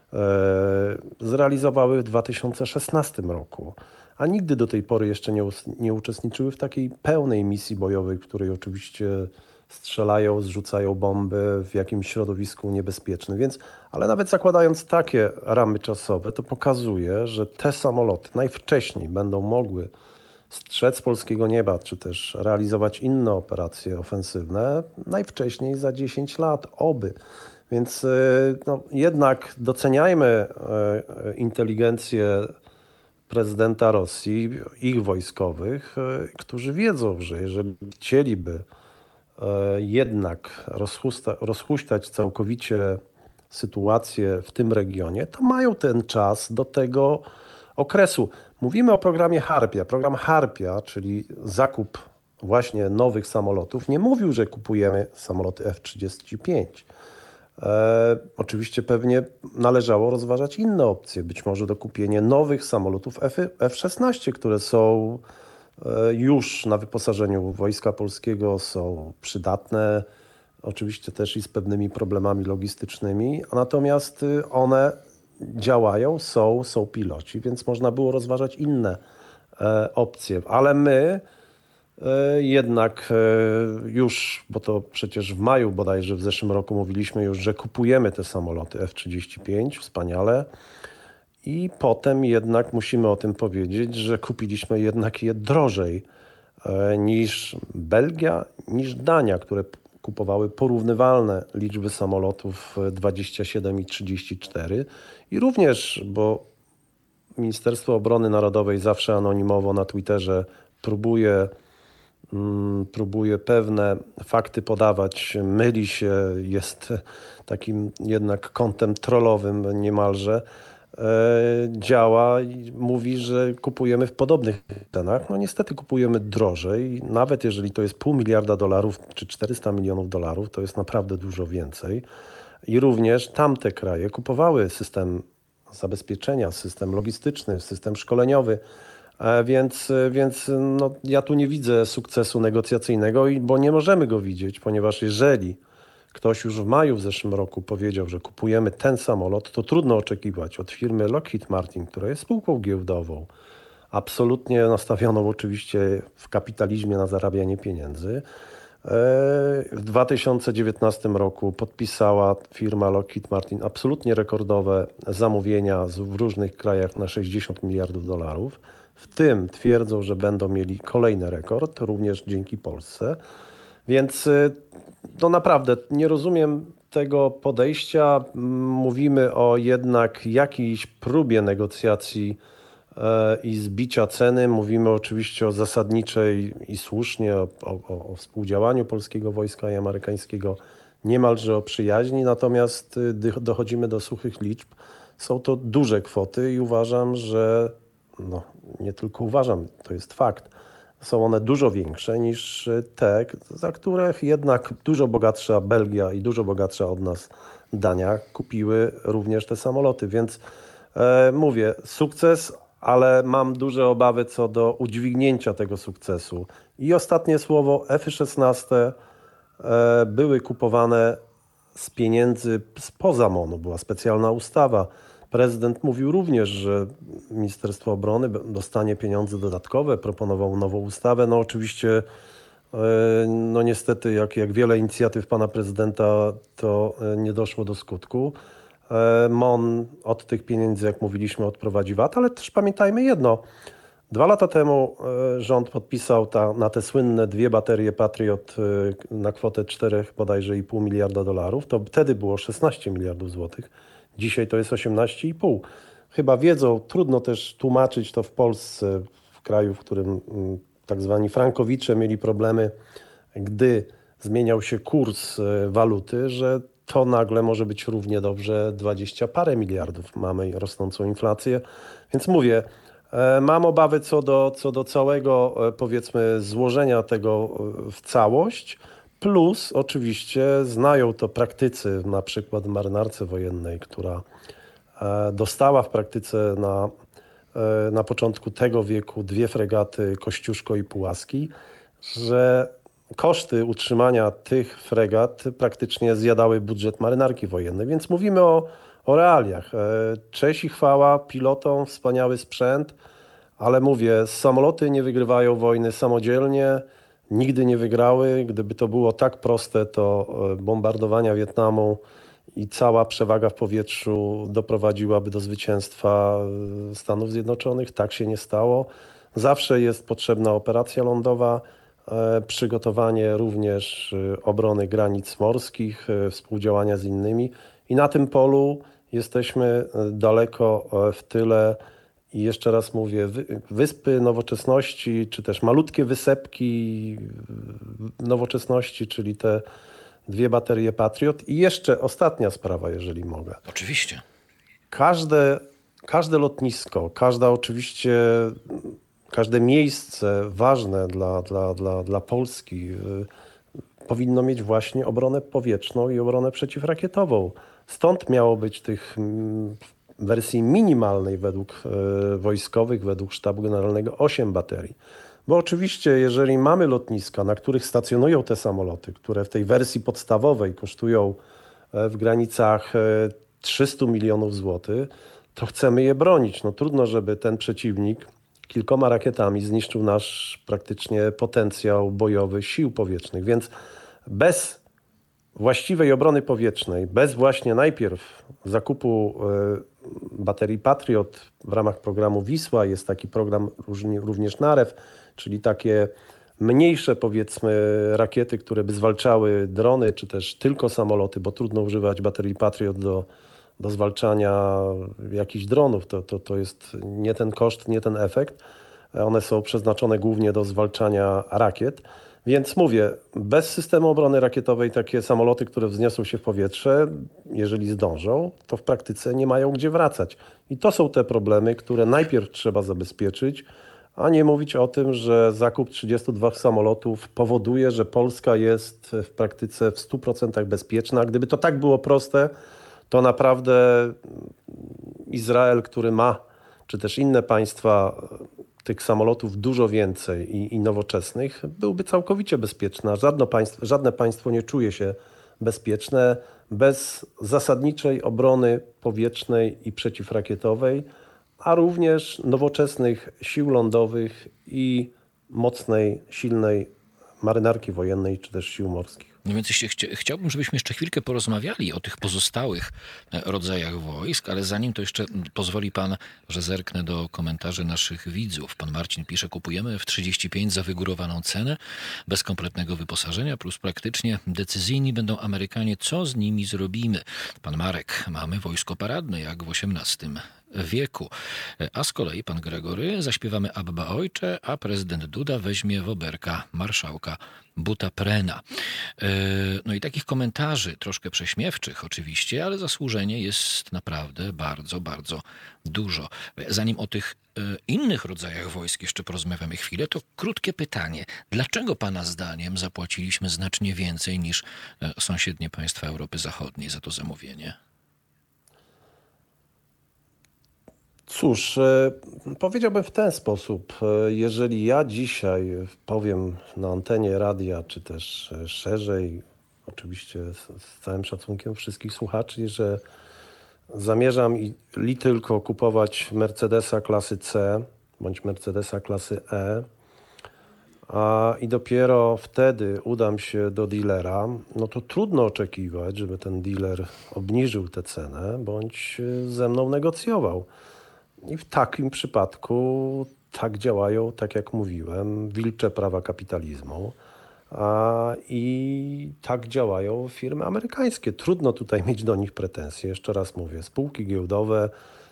zrealizowały w 2016 roku, a nigdy do tej pory jeszcze nie uczestniczyły w takiej pełnej misji bojowej, w której oczywiście strzelają, zrzucają bomby w jakimś środowisku niebezpiecznym. Ale nawet zakładając takie ramy czasowe, to pokazuje, że te samoloty najwcześniej będą mogły strzec z polskiego nieba, czy też realizować inne operacje ofensywne najwcześniej za 10 lat, oby. Więc jednak doceniajmy inteligencję prezydenta Rosji, ich wojskowych, którzy wiedzą, że jeżeli chcieliby jednak rozhuśtać całkowicie sytuację w tym regionie, to mają ten czas do tego okresu. Mówimy o programie Harpia. Program Harpia, czyli zakup właśnie nowych samolotów, nie mówił, że kupujemy samoloty F-35. Oczywiście pewnie należało rozważać inne opcje, być może dokupienie nowych samolotów F-16, które są już na wyposażeniu Wojska Polskiego, są przydatne, oczywiście też i z pewnymi problemami logistycznymi, natomiast one działają, są piloci, więc można było rozważać inne opcje, ale my jednak już, bo to przecież w maju bodajże w zeszłym roku mówiliśmy już, że kupujemy te samoloty F-35, wspaniale. I potem jednak musimy o tym powiedzieć, że kupiliśmy jednak je drożej niż Belgia, niż Dania, które kupowały porównywalne liczby samolotów 27 i 34. I również, bo Ministerstwo Obrony Narodowej zawsze anonimowo na Twitterze próbuje pewne fakty podawać, myli się, jest takim jednak kontem trollowym niemalże. działa i mówi, że kupujemy w podobnych cenach. No niestety kupujemy drożej. Nawet jeżeli to jest $500 miliarda czy 400 milionów dolarów, to jest naprawdę dużo więcej. I również tamte kraje kupowały system zabezpieczenia, system logistyczny, system szkoleniowy. Więc no, ja tu nie widzę sukcesu negocjacyjnego, bo nie możemy go widzieć, ponieważ jeżeli ktoś już w maju w zeszłym roku powiedział, że kupujemy ten samolot, to trudno oczekiwać od firmy Lockheed Martin, która jest spółką giełdową, absolutnie nastawioną oczywiście w kapitalizmie na zarabianie pieniędzy. W 2019 roku podpisała firma Lockheed Martin absolutnie rekordowe zamówienia w różnych krajach na $60 miliardów. W tym twierdzą, że będą mieli kolejny rekord, również dzięki Polsce. Więc to naprawdę nie rozumiem tego podejścia. Mówimy o jednak jakiejś próbie negocjacji i zbicia ceny. Mówimy oczywiście o zasadniczej i słusznie o współdziałaniu polskiego wojska i amerykańskiego, niemalże o przyjaźni. Natomiast dochodzimy do suchych liczb. Są to duże kwoty i uważam, że nie tylko uważam, to jest fakt. Są one dużo większe niż te, za których jednak dużo bogatsza Belgia i dużo bogatsza od nas Dania kupiły również te samoloty. Więc mówię, sukces, ale mam duże obawy co do udźwignięcia tego sukcesu. I ostatnie słowo, F-16 były kupowane z pieniędzy spoza MON-u, była specjalna ustawa. Prezydent mówił również, że Ministerstwo Obrony dostanie pieniądze dodatkowe, proponował nową ustawę. No oczywiście, no niestety, jak wiele inicjatyw pana prezydenta, to nie doszło do skutku. MON od tych pieniędzy, jak mówiliśmy, odprowadzi VAT, ale też pamiętajmy jedno. 2 lata temu rząd podpisał na te słynne 2 baterie Patriot na kwotę 4 bodajże i pół miliarda dolarów. To wtedy było 16 miliardów złotych. Dzisiaj to jest 18,5. Chyba wiedzą, trudno też tłumaczyć to w Polsce, w kraju, w którym tak zwani frankowicze mieli problemy, gdy zmieniał się kurs waluty, że to nagle może być równie dobrze 20 parę miliardów. Mamy rosnącą inflację. Więc mówię, mam obawy co do całego, powiedzmy, złożenia tego w całość. Plus oczywiście znają to praktycy, na przykład w marynarce wojennej, która dostała w praktyce na początku tego wieku 2 fregaty Kościuszko i Pułaski, że koszty utrzymania tych fregat praktycznie zjadały budżet marynarki wojennej. Więc mówimy o realiach. Cześć i chwała pilotom, wspaniały sprzęt, ale mówię, samoloty nie wygrywają wojny samodzielnie. Nigdy nie wygrały. Gdyby to było tak proste, to bombardowania Wietnamu i cała przewaga w powietrzu doprowadziłaby do zwycięstwa Stanów Zjednoczonych. Tak się nie stało. Zawsze jest potrzebna operacja lądowa, przygotowanie również obrony granic morskich, współdziałania z innymi. I na tym polu jesteśmy daleko w tyle. I jeszcze raz mówię, wyspy nowoczesności, czy też malutkie wysepki nowoczesności, czyli te 2 baterie Patriot. I jeszcze ostatnia sprawa, jeżeli mogę. Oczywiście. Każde lotnisko, każde miejsce ważne dla Polski powinno mieć właśnie obronę powietrzną i obronę przeciwrakietową. Stąd miało być tych wersji minimalnej według wojskowych, według sztabu generalnego 8 baterii. Bo oczywiście, jeżeli mamy lotniska, na których stacjonują te samoloty, które w tej wersji podstawowej kosztują w granicach 300 milionów złotych, to chcemy je bronić. No trudno, żeby ten przeciwnik kilkoma rakietami zniszczył nasz praktycznie potencjał bojowy sił powietrznych. Więc bez właściwej obrony powietrznej, bez właśnie najpierw zakupu baterii Patriot w ramach programu Wisła, jest taki program również NAREW, czyli takie mniejsze, powiedzmy, rakiety, które by zwalczały drony, czy też tylko samoloty, bo trudno używać baterii Patriot do zwalczania jakichś dronów. To jest nie ten koszt, nie ten efekt. One są przeznaczone głównie do zwalczania rakiet. Więc mówię, bez systemu obrony rakietowej takie samoloty, które wzniosą się w powietrze, jeżeli zdążą, to w praktyce nie mają gdzie wracać. I to są te problemy, które najpierw trzeba zabezpieczyć, a nie mówić o tym, że zakup 32 samolotów powoduje, że Polska jest w praktyce w 100% bezpieczna. Gdyby to tak było proste, to naprawdę Izrael, który ma, czy też inne państwa, tych samolotów dużo więcej i nowoczesnych, byłby całkowicie bezpieczny. Żadne państwo nie czuje się bezpieczne bez zasadniczej obrony powietrznej i przeciwrakietowej, a również nowoczesnych sił lądowych i mocnej, silnej marynarki wojennej czy też sił morskich. No więc chciałbym, żebyśmy jeszcze chwilkę porozmawiali o tych pozostałych rodzajach wojsk, ale zanim to jeszcze pozwoli pan, że zerknę do komentarzy naszych widzów. Pan Marcin pisze, kupujemy F-35 za wygórowaną cenę, bez kompletnego wyposażenia, plus praktycznie decyzyjni będą Amerykanie, co z nimi zrobimy. Pan Marek, mamy wojsko paradne, jak w XVIII wieku. A z kolei pan Gregory, zaśpiewamy Abba Ojcze, a prezydent Duda weźmie woberka marszałka Butaprena. No i takich komentarzy, troszkę prześmiewczych oczywiście, ale zasłużenie jest naprawdę bardzo, bardzo dużo. Zanim o tych innych rodzajach wojsk jeszcze porozmawiamy chwilę, to krótkie pytanie. Dlaczego pana zdaniem zapłaciliśmy znacznie więcej niż sąsiednie państwa Europy Zachodniej za to zamówienie? Cóż, powiedziałbym w ten sposób. Jeżeli ja dzisiaj powiem na antenie radia, czy też szerzej, oczywiście z całym szacunkiem wszystkich słuchaczy, że zamierzam li tylko kupować Mercedesa klasy C bądź Mercedesa klasy E, i dopiero wtedy udam się do dealera, no to trudno oczekiwać, żeby ten dealer obniżył tę cenę bądź ze mną negocjował. I w takim przypadku tak działają, tak jak mówiłem, wilcze prawa kapitalizmu. I tak działają firmy amerykańskie. Trudno tutaj mieć do nich pretensje. Jeszcze raz mówię, spółki giełdowe,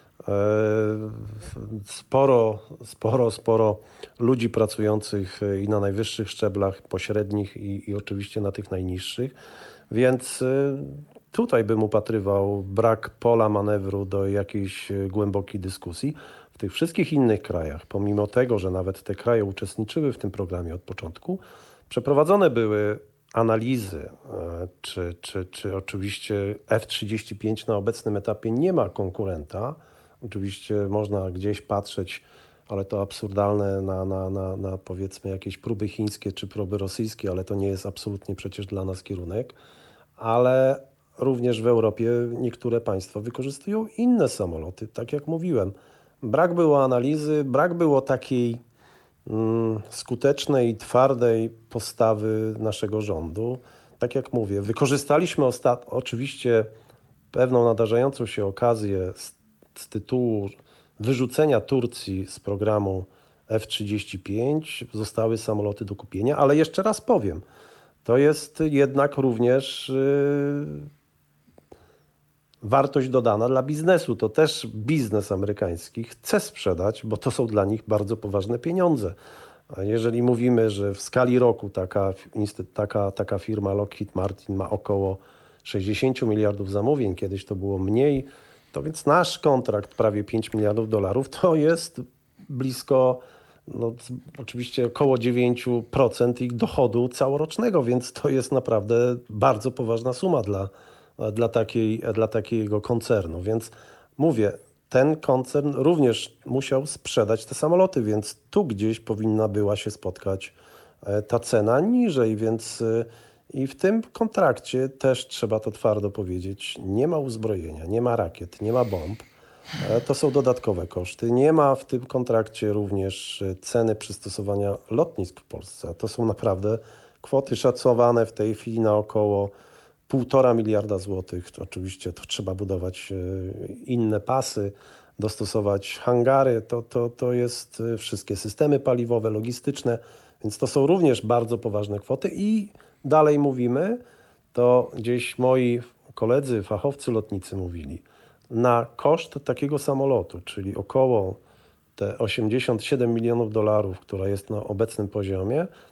sporo ludzi pracujących i na najwyższych szczeblach, pośrednich i oczywiście na tych najniższych. Więc tutaj bym upatrywał brak pola manewru do jakiejś głębokiej dyskusji. W tych wszystkich innych krajach, pomimo tego, że nawet te kraje uczestniczyły w tym programie od początku, przeprowadzone były analizy, czy oczywiście F-35 na obecnym etapie nie ma konkurenta. Oczywiście można gdzieś patrzeć, ale to absurdalne na powiedzmy jakieś próby chińskie czy próby rosyjskie, ale to nie jest absolutnie przecież dla nas kierunek. Ale również w Europie niektóre państwa wykorzystują inne samoloty, tak jak mówiłem. Brak było analizy, brak było takiej skutecznej, twardej postawy naszego rządu. Tak jak mówię, wykorzystaliśmy oczywiście pewną nadarzającą się okazję z tytułu wyrzucenia Turcji z programu F-35. Zostały samoloty do kupienia, ale jeszcze raz powiem, to jest jednak również wartość dodana dla biznesu. To też biznes amerykański chce sprzedać, bo to są dla nich bardzo poważne pieniądze. A jeżeli mówimy, że w skali roku taka firma Lockheed Martin ma około 60 miliardów zamówień, kiedyś to było mniej, to więc nasz kontrakt, prawie 5 miliardów dolarów, to jest blisko, oczywiście około 9% ich dochodu całorocznego, więc to jest naprawdę bardzo poważna suma dla takiego koncernu. Więc mówię, ten koncern również musiał sprzedać te samoloty, więc tu gdzieś powinna była się spotkać ta cena niżej, więc i w tym kontrakcie też trzeba to twardo powiedzieć, nie ma uzbrojenia, nie ma rakiet, nie ma bomb. To są dodatkowe koszty. Nie ma w tym kontrakcie również ceny przystosowania lotnisk w Polsce. To są naprawdę kwoty szacowane w tej chwili na około 1,5 miliarda złotych. To oczywiście to trzeba budować inne pasy, dostosować hangary. To jest wszystkie systemy paliwowe, logistyczne, więc to są również bardzo poważne kwoty. I dalej mówimy, to gdzieś moi koledzy, fachowcy lotnicy mówili, na koszt takiego samolotu, czyli około te 87 milionów dolarów, która jest na obecnym poziomie,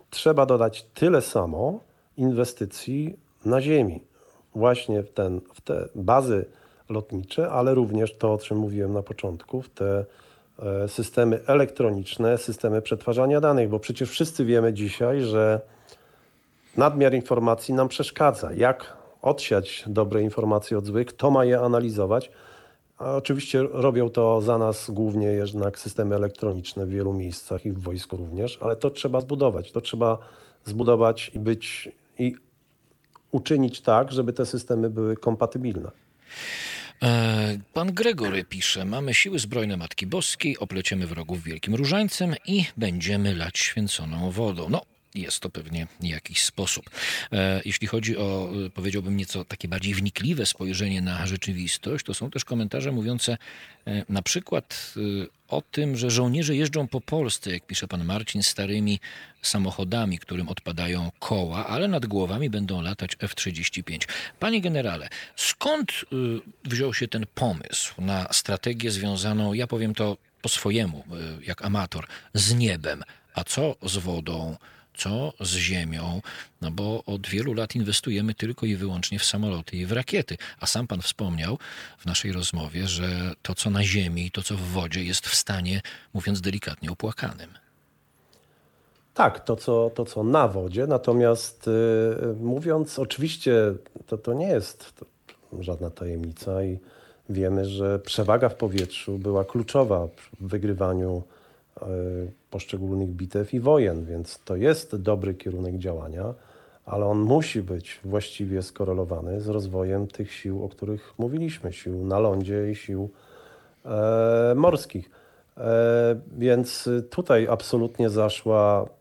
trzeba dodać tyle samo inwestycji na ziemi, właśnie w te bazy lotnicze, ale również to, o czym mówiłem na początku, w te systemy elektroniczne, systemy przetwarzania danych, bo przecież wszyscy wiemy dzisiaj, że nadmiar informacji nam przeszkadza. Jak odsiać dobre informacje od złych, kto ma je analizować? A oczywiście robią to za nas głównie jednak systemy elektroniczne w wielu miejscach i w wojsku również, ale to trzeba zbudować. To trzeba zbudować i uczynić tak, żeby te systemy były kompatybilne. Pan Gregory pisze, mamy siły zbrojne Matki Boskiej, opleciemy wrogów wielkim różańcem i będziemy lać święconą wodą. No, jest to pewnie jakiś sposób. Jeśli chodzi o, powiedziałbym, nieco takie bardziej wnikliwe spojrzenie na rzeczywistość, to są też komentarze mówiące na przykład o tym, że żołnierze jeżdżą po Polsce, jak pisze pan Marcin, starymi samochodami, którym odpadają koła, ale nad głowami będą latać F-35. Panie generale, skąd wziął się ten pomysł na strategię związaną, ja powiem to po swojemu, jak amator, z niebem, a co z wodą, co z ziemią, no bo od wielu lat inwestujemy tylko i wyłącznie w samoloty i w rakiety. A sam pan wspomniał w naszej rozmowie, że to, co na ziemi i to, co w wodzie, jest w stanie, mówiąc delikatnie, opłakanym. Tak, to co na wodzie, natomiast mówiąc, oczywiście to nie jest żadna tajemnica i wiemy, że przewaga w powietrzu była kluczowa w wygrywaniu poszczególnych bitew i wojen, więc to jest dobry kierunek działania, ale on musi być właściwie skorelowany z rozwojem tych sił, o których mówiliśmy, sił na lądzie i sił morskich. Więc tutaj absolutnie zaszła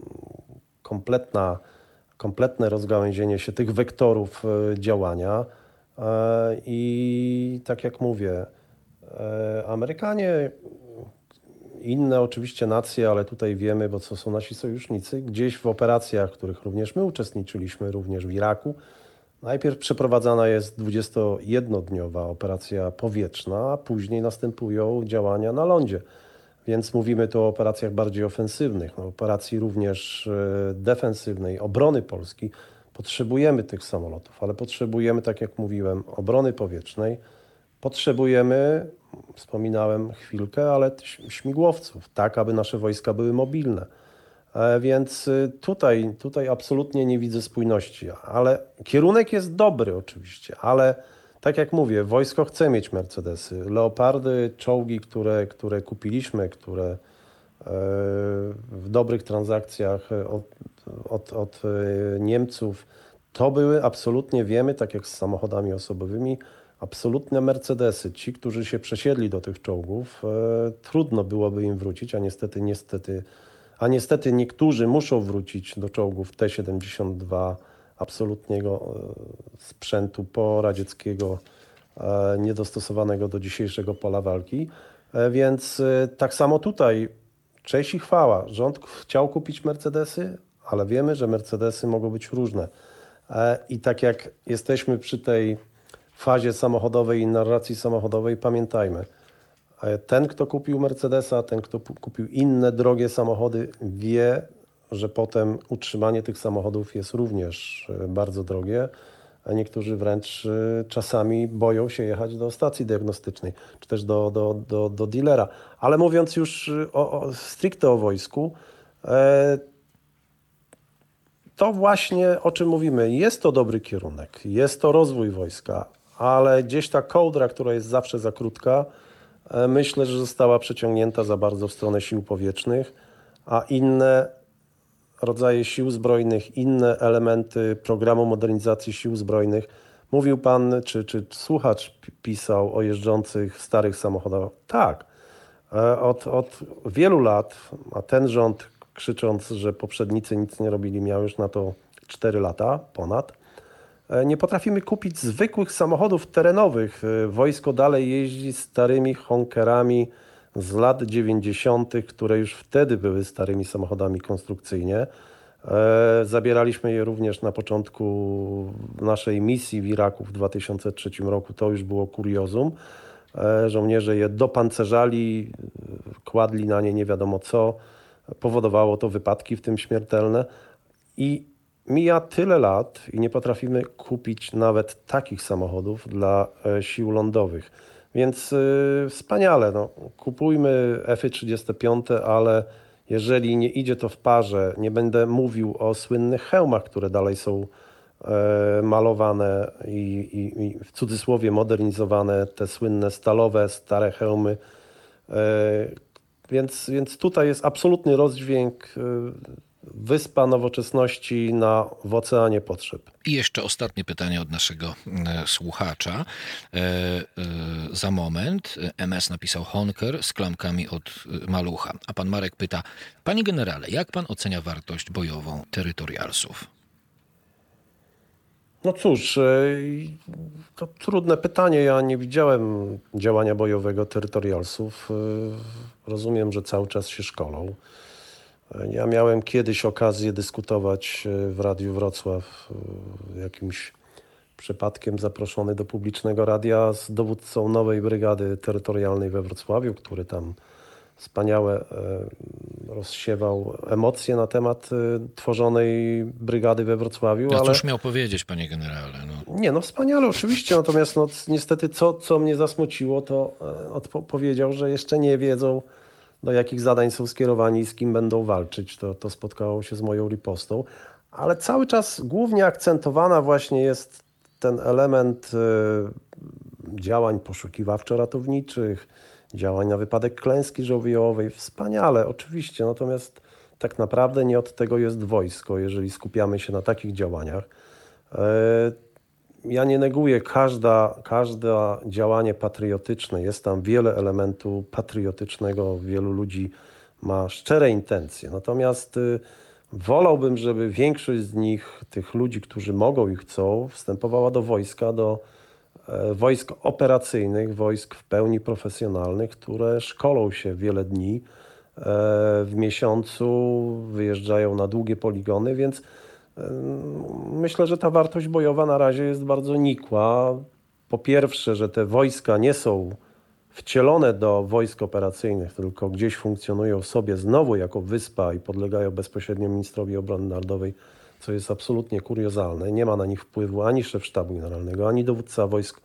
kompletne rozgałęzienie się tych wektorów działania i tak jak mówię, Amerykanie, inne oczywiście nacje, ale tutaj wiemy, bo to są nasi sojusznicy, gdzieś w operacjach, w których również my uczestniczyliśmy, również w Iraku, najpierw przeprowadzana jest 21-dniowa operacja powietrzna, a później następują działania na lądzie. Więc mówimy tu o operacjach bardziej ofensywnych, operacji również defensywnej, obrony Polski. Potrzebujemy tych samolotów, ale potrzebujemy, tak jak mówiłem, obrony powietrznej. Potrzebujemy, wspominałem chwilkę, ale śmigłowców, tak aby nasze wojska były mobilne. Więc tutaj absolutnie nie widzę spójności, ale kierunek jest dobry oczywiście, ale tak jak mówię, wojsko chce mieć Mercedesy, Leopardy, czołgi, które kupiliśmy, które w dobrych transakcjach od Niemców, to były absolutnie, wiemy, tak jak z samochodami osobowymi, absolutne Mercedesy. Ci, którzy się przesiedli do tych czołgów, trudno byłoby im wrócić, a niestety niektórzy muszą wrócić do czołgów T-72, absolutnego sprzętu poradzieckiego, niedostosowanego do dzisiejszego pola walki. Więc tak samo tutaj, cześć i chwała, rząd chciał kupić Mercedesy, ale wiemy, że Mercedesy mogą być różne. I tak jak jesteśmy przy tej fazie samochodowej i narracji samochodowej, pamiętajmy, ten, kto kupił Mercedesa, ten, kto kupił inne drogie samochody, wie, że potem utrzymanie tych samochodów jest również bardzo drogie, a niektórzy wręcz czasami boją się jechać do stacji diagnostycznej, czy też do dealera. Ale mówiąc już stricte o wojsku, to właśnie o czym mówimy, jest to dobry kierunek, jest to rozwój wojska, ale gdzieś ta kołdra, która jest zawsze za krótka, myślę, że została przeciągnięta za bardzo w stronę sił powietrznych, a inne rodzaje sił zbrojnych, inne elementy programu modernizacji sił zbrojnych. Mówił pan, czy słuchacz pisał o jeżdżących starych samochodach. Tak, od wielu lat, a ten rząd, krzycząc, że poprzednicy nic nie robili, miał już na to 4 lata ponad. Nie potrafimy kupić zwykłych samochodów terenowych. Wojsko dalej jeździ starymi Honkerami z lat 90., które już wtedy były starymi samochodami konstrukcyjnie. Zabieraliśmy je również na początku naszej misji w Iraku w 2003 roku. To już było kuriozum. Żołnierze je dopancerzali, kładli na nie nie wiadomo co. Powodowało to wypadki, w tym śmiertelne. I mija tyle lat i nie potrafimy kupić nawet takich samochodów dla sił lądowych. Więc wspaniale, no, kupujmy F-35, ale jeżeli nie idzie to w parze, nie będę mówił o słynnych hełmach, które dalej są malowane i w cudzysłowie modernizowane, te słynne stalowe, stare hełmy. Więc tutaj jest absolutny rozdźwięk, wyspa nowoczesności w oceanie potrzeb. I jeszcze ostatnie pytanie od naszego słuchacza. Za moment MS napisał Honker z klamkami od malucha. A pan Marek pyta, panie generale, jak pan ocenia wartość bojową terytorialsów? No cóż, to trudne pytanie. Ja nie widziałem działania bojowego terytorialsów. Rozumiem, że cały czas się szkolą. Ja miałem kiedyś okazję dyskutować w Radiu Wrocław, jakimś przypadkiem zaproszony do publicznego radia z dowódcą nowej brygady terytorialnej we Wrocławiu, który tam wspaniałe rozsiewał emocje na temat tworzonej brygady we Wrocławiu. No ale cóż miał powiedzieć, panie generale? No. Nie, no wspaniale oczywiście, natomiast no, niestety co mnie zasmuciło, to powiedział, że jeszcze nie wiedzą, do jakich zadań są skierowani i z kim będą walczyć. To spotkało się z moją ripostą, ale cały czas głównie akcentowana właśnie jest ten element działań poszukiwawczo-ratowniczych, działań na wypadek klęski żywiołowej. Wspaniale, oczywiście, natomiast tak naprawdę nie od tego jest wojsko, jeżeli skupiamy się na takich działaniach. Ja nie neguję, każde działanie patriotyczne, jest tam wiele elementu patriotycznego, wielu ludzi ma szczere intencje. Natomiast wolałbym, żeby większość z nich, tych ludzi, którzy mogą i chcą, wstępowała do wojska, do wojsk operacyjnych, wojsk w pełni profesjonalnych, które szkolą się wiele dni w miesiącu, wyjeżdżają na długie poligony, więc myślę, że ta wartość bojowa na razie jest bardzo nikła. Po pierwsze, że te wojska nie są wcielone do wojsk operacyjnych, tylko gdzieś funkcjonują sobie znowu jako wyspa i podlegają bezpośrednio ministrowi obrony narodowej, co jest absolutnie kuriozalne. Nie ma na nich wpływu ani szef sztabu generalnego, ani dowódca wojsk,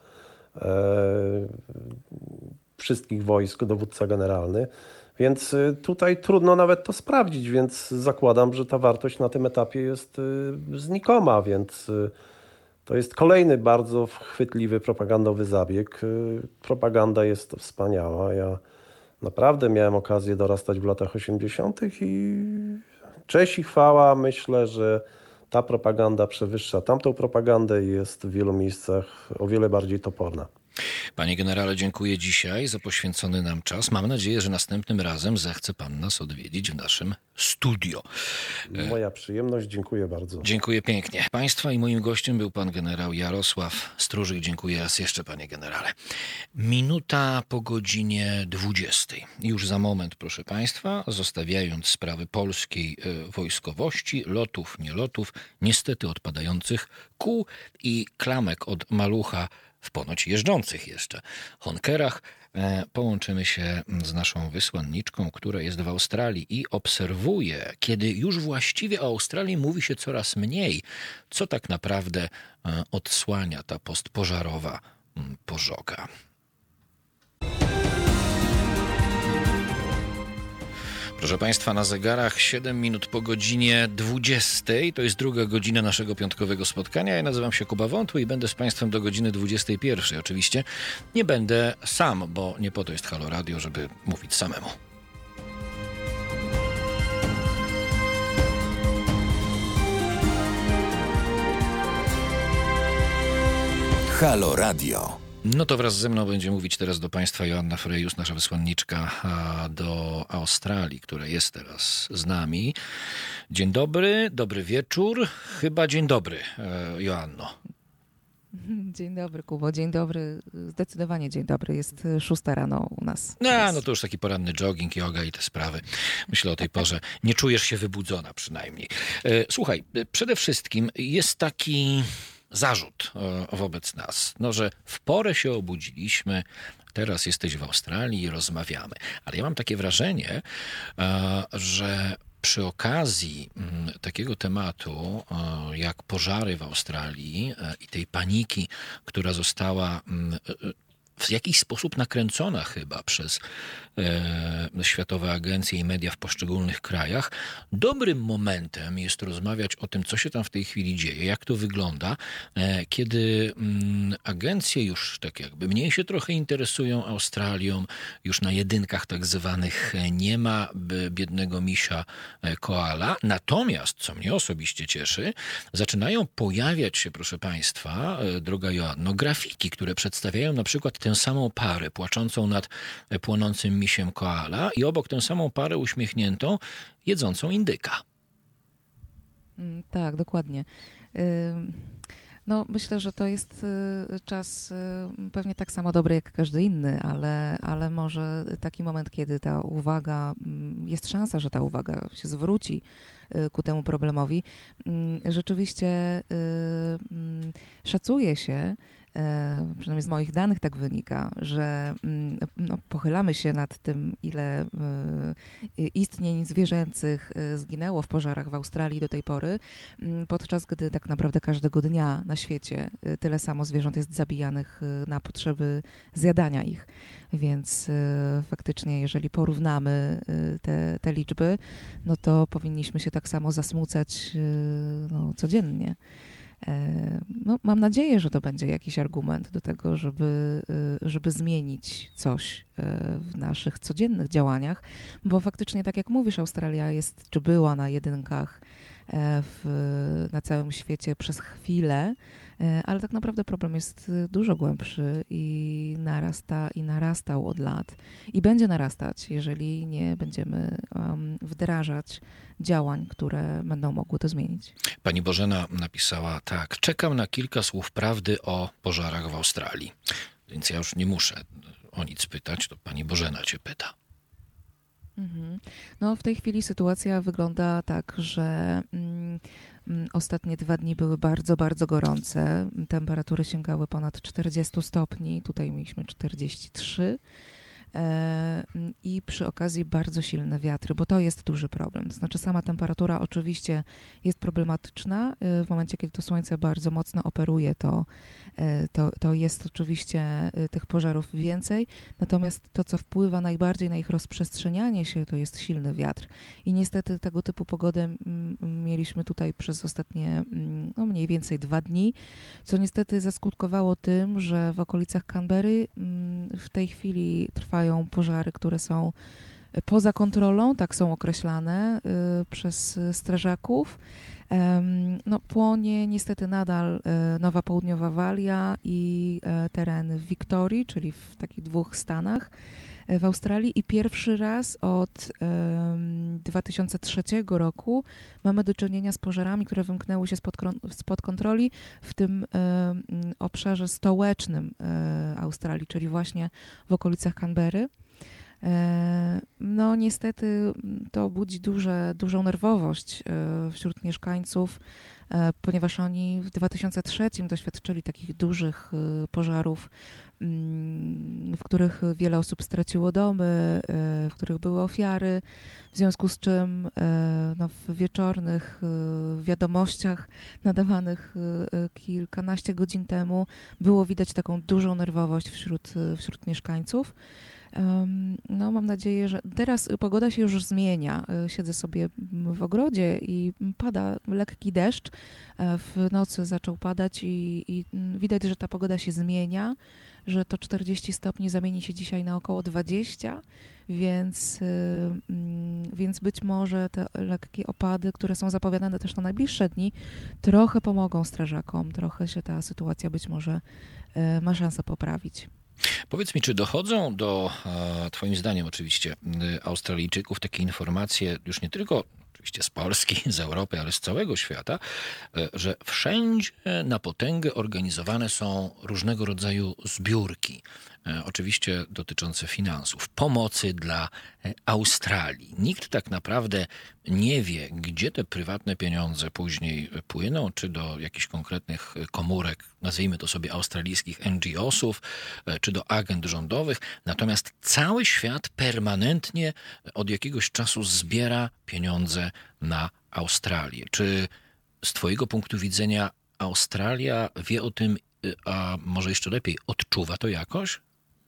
wszystkich wojsk, dowódca generalny. Więc tutaj trudno nawet to sprawdzić, więc zakładam, że ta wartość na tym etapie jest znikoma, więc to jest kolejny bardzo chwytliwy propagandowy zabieg. Propaganda jest wspaniała. Ja naprawdę miałem okazję dorastać w latach 80. i cześć i chwała. Myślę, że ta propaganda przewyższa tamtą propagandę i jest w wielu miejscach o wiele bardziej toporna. Panie generale, dziękuję dzisiaj za poświęcony nam czas. Mam nadzieję, że następnym razem zechce pan nas odwiedzić w naszym studio. Moja przyjemność, dziękuję bardzo. Dziękuję pięknie. Państwa i moim gościem był pan generał Jarosław Stróżyk. Dziękuję raz jeszcze, panie generale. Minuta po godzinie 20. Już za moment, proszę państwa, zostawiając sprawy polskiej wojskowości, lotów, nielotów, niestety odpadających kół i klamek od malucha w ponoć jeżdżących jeszcze Honkerach, połączymy się z naszą wysłanniczką, która jest w Australii i obserwuje, kiedy już właściwie o Australii mówi się coraz mniej, co tak naprawdę odsłania ta postpożarowa pożoga. Proszę państwa, na zegarach 7 minut po godzinie 20. To jest druga godzina naszego piątkowego spotkania. Ja nazywam się Kuba Wątły i będę z państwem do godziny 21. Oczywiście nie będę sam, bo nie po to jest Halo Radio, żeby mówić samemu. Halo Radio. No to wraz ze mną będzie mówić teraz do państwa Joanna Frejus, nasza wysłanniczka do Australii, która jest teraz z nami. Dzień dobry, dobry wieczór. Chyba dzień dobry, Joanno. Dzień dobry, Kubo, dzień dobry. Zdecydowanie dzień dobry. Jest 6 rano u nas. No to już taki poranny jogging, yoga i te sprawy. Myślę o tej porze. Nie czujesz się wybudzona przynajmniej. Słuchaj, przede wszystkim jest taki zarzut wobec nas, no, że w porę się obudziliśmy, teraz jesteś w Australii i rozmawiamy. Ale ja mam takie wrażenie, że przy okazji takiego tematu, jak pożary w Australii i tej paniki, która została w jakiś sposób nakręcona chyba przez światowe agencje i media w poszczególnych krajach, dobrym momentem jest rozmawiać o tym, co się tam w tej chwili dzieje, jak to wygląda, kiedy agencje już tak jakby mniej się trochę interesują Australią, już na jedynkach tak zwanych nie ma biednego misia koala. Natomiast, co mnie osobiście cieszy, zaczynają pojawiać się, proszę Państwa, droga Joanno, grafiki, które przedstawiają na przykład tę samą parę płaczącą nad płonącym misiem koala i obok tę samą parę uśmiechniętą, jedzącą indyka. Tak, dokładnie. No, myślę, że to jest czas pewnie tak samo dobry jak każdy inny, ale może taki moment, kiedy ta uwaga, jest szansa, że ta uwaga się zwróci ku temu problemowi. Rzeczywiście szacuje się, przynajmniej z moich danych tak wynika, że no, pochylamy się nad tym, ile istnień zwierzęcych zginęło w pożarach w Australii do tej pory, podczas gdy tak naprawdę każdego dnia na świecie tyle samo zwierząt jest zabijanych na potrzeby zjadania ich. Więc faktycznie, jeżeli porównamy te liczby, no to powinniśmy się tak samo zasmucać no, codziennie. No, mam nadzieję, że to będzie jakiś argument do tego, żeby zmienić coś w naszych codziennych działaniach, bo faktycznie, tak jak mówisz, Australia jest, czy była na jedynkach na całym świecie przez chwilę, ale tak naprawdę problem jest dużo głębszy i narastał od lat i będzie narastać, jeżeli nie będziemy wdrażać działań, które będą mogły to zmienić. Pani Bożena napisała tak: czekam na kilka słów prawdy o pożarach w Australii. Więc ja już nie muszę o nic pytać, to pani Bożena cię pyta. No, w tej chwili sytuacja wygląda tak, że ostatnie 2 dni były bardzo, bardzo gorące. Temperatury sięgały ponad 40 stopni. Tutaj mieliśmy 43. I przy okazji bardzo silne wiatry, bo to jest duży problem. To znaczy sama temperatura oczywiście jest problematyczna. W momencie, kiedy to słońce bardzo mocno operuje, to jest oczywiście tych pożarów więcej. Natomiast to, co wpływa najbardziej na ich rozprzestrzenianie się, to jest silny wiatr. I niestety tego typu pogodę mieliśmy tutaj przez ostatnie no mniej więcej 2 dni, co niestety zaskutkowało tym, że w okolicach Canberry w tej chwili trwają pożary, które są poza kontrolą, tak są określane przez strażaków. No, płonie niestety nadal Nowa Południowa Walia i tereny w Wiktorii, czyli w takich 2 stanach w Australii i pierwszy raz od 2003 roku mamy do czynienia z pożarami, które wymknęły się spod kontroli w tym obszarze stołecznym Australii, czyli właśnie w okolicach Canberry. No niestety to budzi dużą nerwowość wśród mieszkańców, ponieważ oni w 2003 doświadczyli takich dużych pożarów, w których wiele osób straciło domy, w których były ofiary, w związku z czym no, w wieczornych wiadomościach nadawanych kilkanaście godzin temu było widać taką dużą nerwowość wśród mieszkańców. No, mam nadzieję, że teraz pogoda się już zmienia. Siedzę sobie w ogrodzie i pada lekki deszcz. W nocy zaczął padać i widać, że ta pogoda się zmienia, że to 40 stopni zamieni się dzisiaj na około 20, więc być może te lekkie opady, które są zapowiadane też na najbliższe dni, trochę pomogą strażakom, trochę się ta sytuacja być może ma szansę poprawić. Powiedz mi, czy dochodzą do, twoim zdaniem oczywiście, Australijczyków takie informacje, już nie tylko oczywiście z Polski, z Europy, ale z całego świata, że wszędzie na potęgę organizowane są różnego rodzaju zbiórki oczywiście dotyczące finansów, pomocy dla Australii. Nikt tak naprawdę nie wie, gdzie te prywatne pieniądze później płyną, czy do jakichś konkretnych komórek, nazwijmy to sobie australijskich NGO-sów, czy do agent rządowych. Natomiast cały świat permanentnie od jakiegoś czasu zbiera pieniądze na Australię. Czy z twojego punktu widzenia Australia wie o tym, a może jeszcze lepiej, odczuwa to jakoś?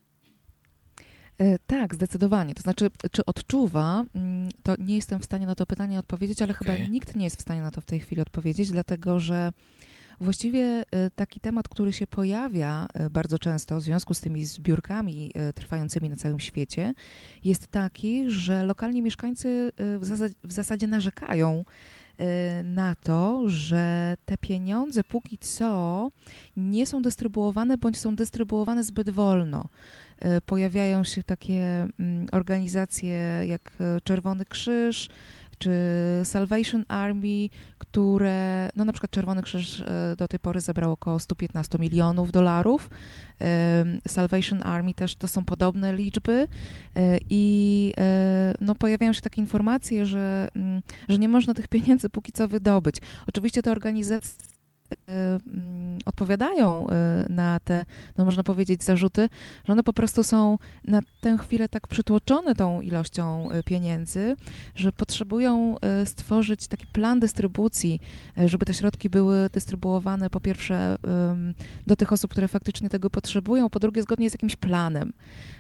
Tak, zdecydowanie. To znaczy, czy odczuwa, to nie jestem w stanie na to pytanie odpowiedzieć, ale chyba nikt nie jest w stanie na to w tej chwili odpowiedzieć, dlatego że właściwie taki temat, który się pojawia bardzo często w związku z tymi zbiórkami trwającymi na całym świecie, jest taki, że lokalni mieszkańcy w zasadzie narzekają na to, że te pieniądze póki co nie są dystrybuowane bądź są dystrybuowane zbyt wolno. Pojawiają się takie organizacje jak Czerwony Krzyż czy Salvation Army, które, no na przykład Czerwony Krzyż do tej pory zebrał około $115 milionów. Salvation Army też to są podobne liczby i no, pojawiają się takie informacje, że nie można tych pieniędzy póki co wydobyć. Oczywiście te organizacje odpowiadają na te, no można powiedzieć, zarzuty, że one po prostu są na tę chwilę tak przytłoczone tą ilością pieniędzy, że potrzebują stworzyć taki plan dystrybucji, żeby te środki były dystrybuowane po pierwsze do tych osób, które faktycznie tego potrzebują, po drugie zgodnie z jakimś planem.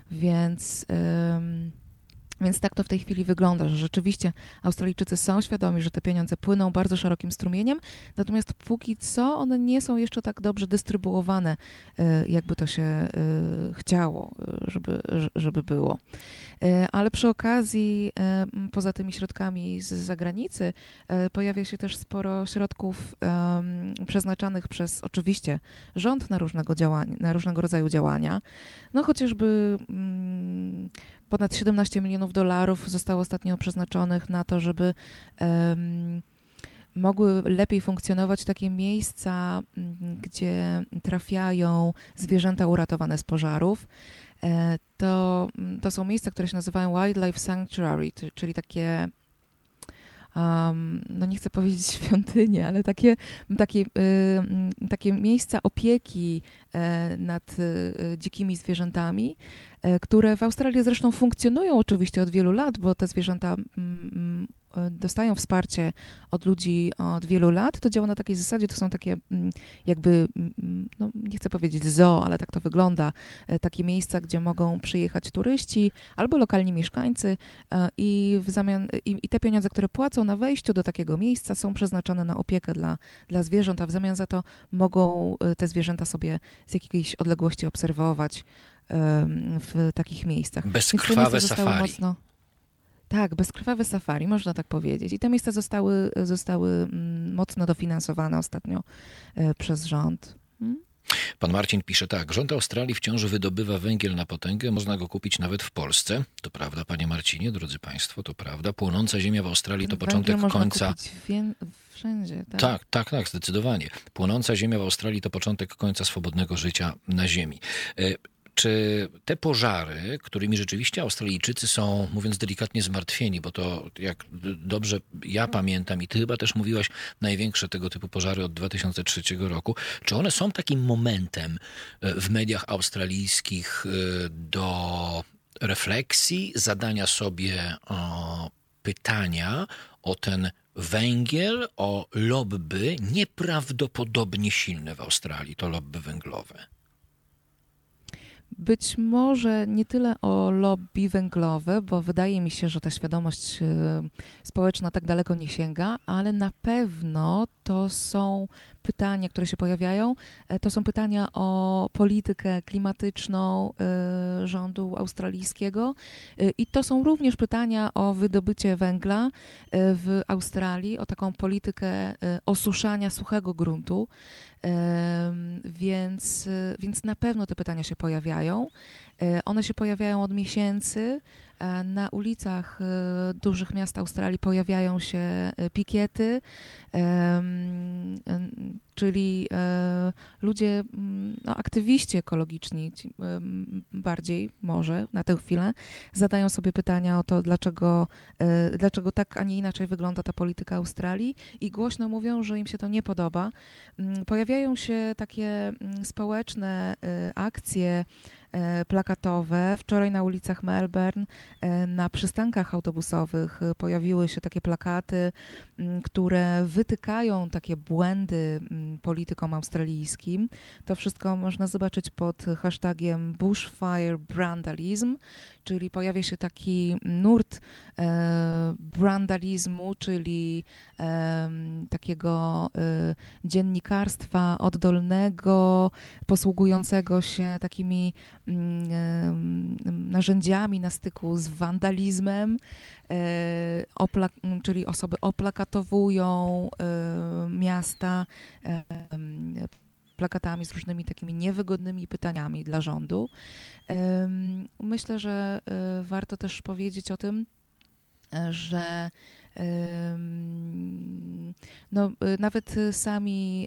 Więc tak to w tej chwili wygląda, że rzeczywiście Australijczycy są świadomi, że te pieniądze płyną bardzo szerokim strumieniem, natomiast póki co one nie są jeszcze tak dobrze dystrybuowane, jakby to się chciało, żeby było. Ale przy okazji, poza tymi środkami z zagranicy, pojawia się też sporo środków przeznaczanych przez oczywiście rząd na różnego rodzaju działania. No chociażby ponad $17 milionów zostało ostatnio przeznaczonych na to, żeby mogły lepiej funkcjonować takie miejsca, gdzie trafiają zwierzęta uratowane z pożarów. To są miejsca, które się nazywają Wildlife Sanctuary, czyli takie, no nie chcę powiedzieć świątynie, ale takie miejsca opieki nad dzikimi zwierzętami, które w Australii zresztą funkcjonują oczywiście od wielu lat, bo te zwierzęta dostają wsparcie od ludzi od wielu lat. To działa na takiej zasadzie, to są takie jakby, no nie chcę powiedzieć zoo, ale tak to wygląda, takie miejsca, gdzie mogą przyjechać turyści albo lokalni mieszkańcy i w zamian i te pieniądze, które płacą na wejściu do takiego miejsca, są przeznaczone na opiekę dla zwierząt, a w zamian za to mogą te zwierzęta sobie z jakiejś odległości obserwować w takich miejscach. Bezkrwawe safari. Tak, bezkrwawe safari, można tak powiedzieć. I te miejsca zostały mocno dofinansowane ostatnio przez rząd. Pan Marcin pisze tak. Rząd Australii wciąż wydobywa węgiel na potęgę. Można go kupić nawet w Polsce. To prawda, panie Marcinie, drodzy państwo, to prawda. Płonąca ziemia w Australii to początek końca... Można kupić wszędzie, tak? Tak, zdecydowanie. Płonąca ziemia w Australii to początek końca swobodnego życia na ziemi. Czy te pożary, którymi rzeczywiście Australijczycy są, mówiąc delikatnie, zmartwieni, bo to, jak dobrze ja pamiętam i ty chyba też mówiłaś, największe tego typu pożary od 2003 roku, czy one są takim momentem w mediach australijskich do refleksji, zadania sobie pytania o ten węgiel, o lobby nieprawdopodobnie silne w Australii, to lobby węglowe? Być może nie tyle o lobby węglowe, bo wydaje mi się, że ta świadomość społeczna tak daleko nie sięga, ale na pewno to są pytania, które się pojawiają, to są pytania o politykę klimatyczną rządu australijskiego i to są również pytania o wydobycie węgla w Australii, o taką politykę osuszania suchego gruntu, więc na pewno te pytania się pojawiają. One się pojawiają od miesięcy. Na ulicach dużych miast Australii pojawiają się pikiety, czyli ludzie, no, aktywiści ekologiczni bardziej może na tę chwilę, zadają sobie pytania o to, dlaczego tak, a nie inaczej wygląda ta polityka Australii i głośno mówią, że im się to nie podoba. Pojawiają się takie społeczne akcje plakatowe. Wczoraj na ulicach Melbourne, na przystankach autobusowych pojawiły się takie plakaty, które wytykają takie błędy politykom australijskim. To wszystko można zobaczyć pod hashtagiem Bushfire Brandalism, czyli pojawia się taki nurt brandalizmu, czyli takiego dziennikarstwa oddolnego, posługującego się takimi narzędziami na styku z wandalizmem, czyli osoby oplakatowują miasta plakatami z różnymi takimi niewygodnymi pytaniami dla rządu. Myślę, że warto też powiedzieć o tym, że no, nawet sami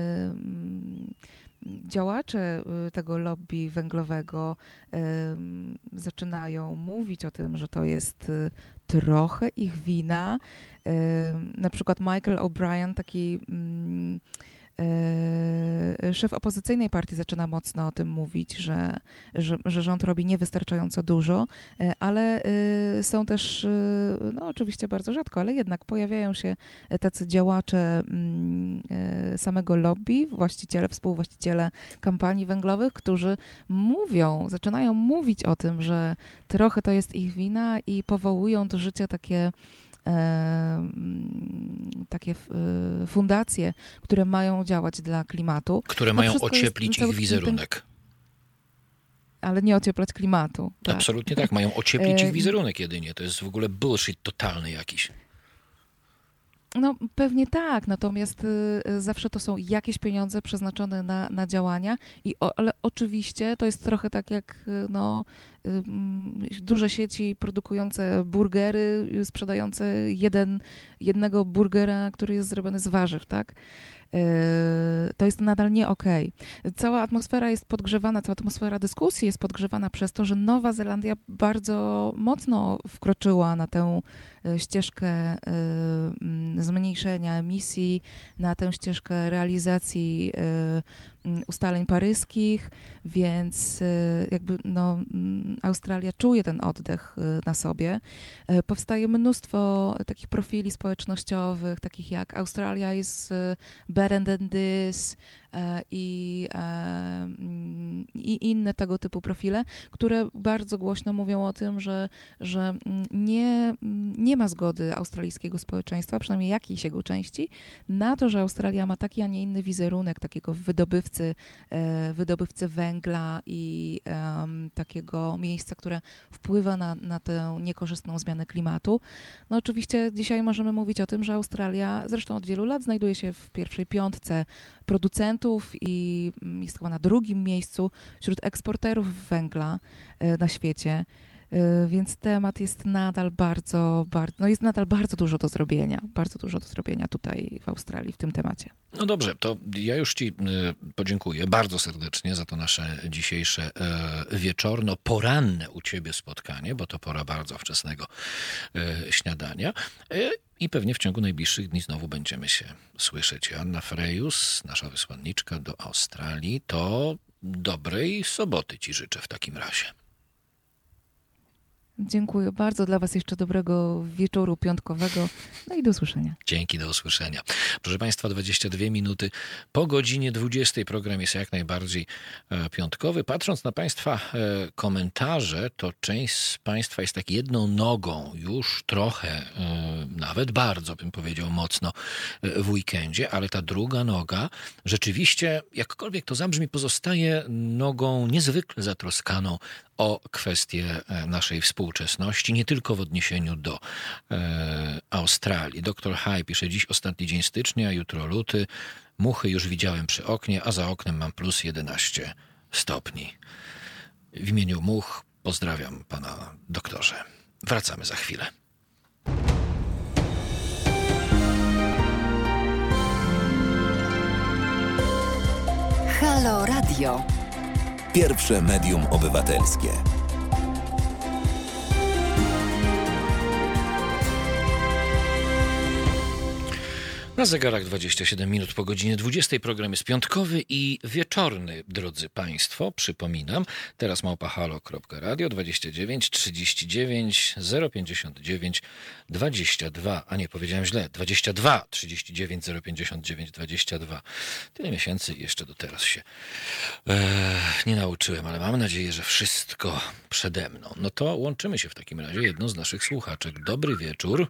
działacze tego lobby węglowego zaczynają mówić o tym, że to jest trochę ich wina. Na przykład Michael O'Brien, taki szef opozycyjnej partii, zaczyna mocno o tym mówić, że rząd robi niewystarczająco dużo, ale są też, no oczywiście bardzo rzadko, ale jednak pojawiają się tacy działacze samego lobby, współwłaściciele kompanii węglowych, którzy zaczynają mówić o tym, że trochę to jest ich wina i powołują do życia takie fundacje, które mają działać dla klimatu. Które mają ocieplić ich wizerunek. Ale nie ocieplać klimatu. Tak. Absolutnie tak, mają ocieplić ich wizerunek jedynie. To jest w ogóle bullshit totalny jakiś. No pewnie tak, natomiast zawsze to są jakieś pieniądze przeznaczone na działania, ale oczywiście to jest trochę tak jak duże sieci produkujące burgery, sprzedające jednego burgera, który jest zrobiony z warzyw, tak? To jest nadal nie okej. Cała atmosfera jest podgrzewana, cała atmosfera dyskusji jest podgrzewana przez to, że Nowa Zelandia bardzo mocno wkroczyła na tę ścieżkę zmniejszenia emisji, na tę ścieżkę realizacji ustaleń paryskich, więc jakby Australia czuje ten oddech na sobie. Powstaje mnóstwo takich profili społecznościowych, takich jak Australia is better than this i inne tego typu profile, które bardzo głośno mówią o tym, że nie ma zgody australijskiego społeczeństwa, przynajmniej jakiejś jego części, na to, że Australia ma taki, a nie inny wizerunek takiego wydobywcy węgla i takiego miejsca, które wpływa na tę niekorzystną zmianę klimatu. No oczywiście dzisiaj możemy mówić o tym, że Australia zresztą od wielu lat znajduje się w pierwszej piątce producentów i jest chyba na drugim miejscu wśród eksporterów węgla na świecie. Więc temat jest nadal jest nadal bardzo dużo do zrobienia. Bardzo dużo do zrobienia tutaj w Australii w tym temacie. No dobrze, to ja już ci podziękuję bardzo serdecznie za to nasze dzisiejsze wieczorno-poranne u ciebie spotkanie, bo to pora bardzo wczesnego śniadania. I pewnie w ciągu najbliższych dni znowu będziemy się słyszeć. Joanna Frejus, nasza wysłanniczka do Australii, to dobrej soboty ci życzę w takim razie. Dziękuję bardzo. Dla was jeszcze dobrego wieczoru piątkowego. No i do usłyszenia. Dzięki, do usłyszenia. Proszę państwa, 22 minuty po godzinie 20. Program jest jak najbardziej piątkowy. Patrząc na państwa komentarze, to część z państwa jest tak jedną nogą już trochę, nawet bardzo bym powiedział mocno w weekendzie, ale ta druga noga rzeczywiście, jakkolwiek to zabrzmi, pozostaje nogą niezwykle zatroskaną o kwestie naszej współczesności, nie tylko w odniesieniu do Australii. Dr. High pisze, dziś ostatni dzień stycznia, jutro luty, muchy już widziałem przy oknie, a za oknem mam plus 11 stopni. W imieniu much pozdrawiam pana doktorze. Wracamy za chwilę. Halo Radio. Pierwsze medium obywatelskie. Na zegarach 27 minut po godzinie 20. Program jest piątkowy i wieczorny, drodzy Państwo. Przypominam, teraz @halo.radio 29 39 059 22, a nie, powiedziałem źle, 22 39 059 22. Tyle miesięcy jeszcze do teraz się nie nauczyłem, ale mam nadzieję, że wszystko przede mną. No to łączymy się w takim razie jedną z naszych słuchaczek. Dobry wieczór.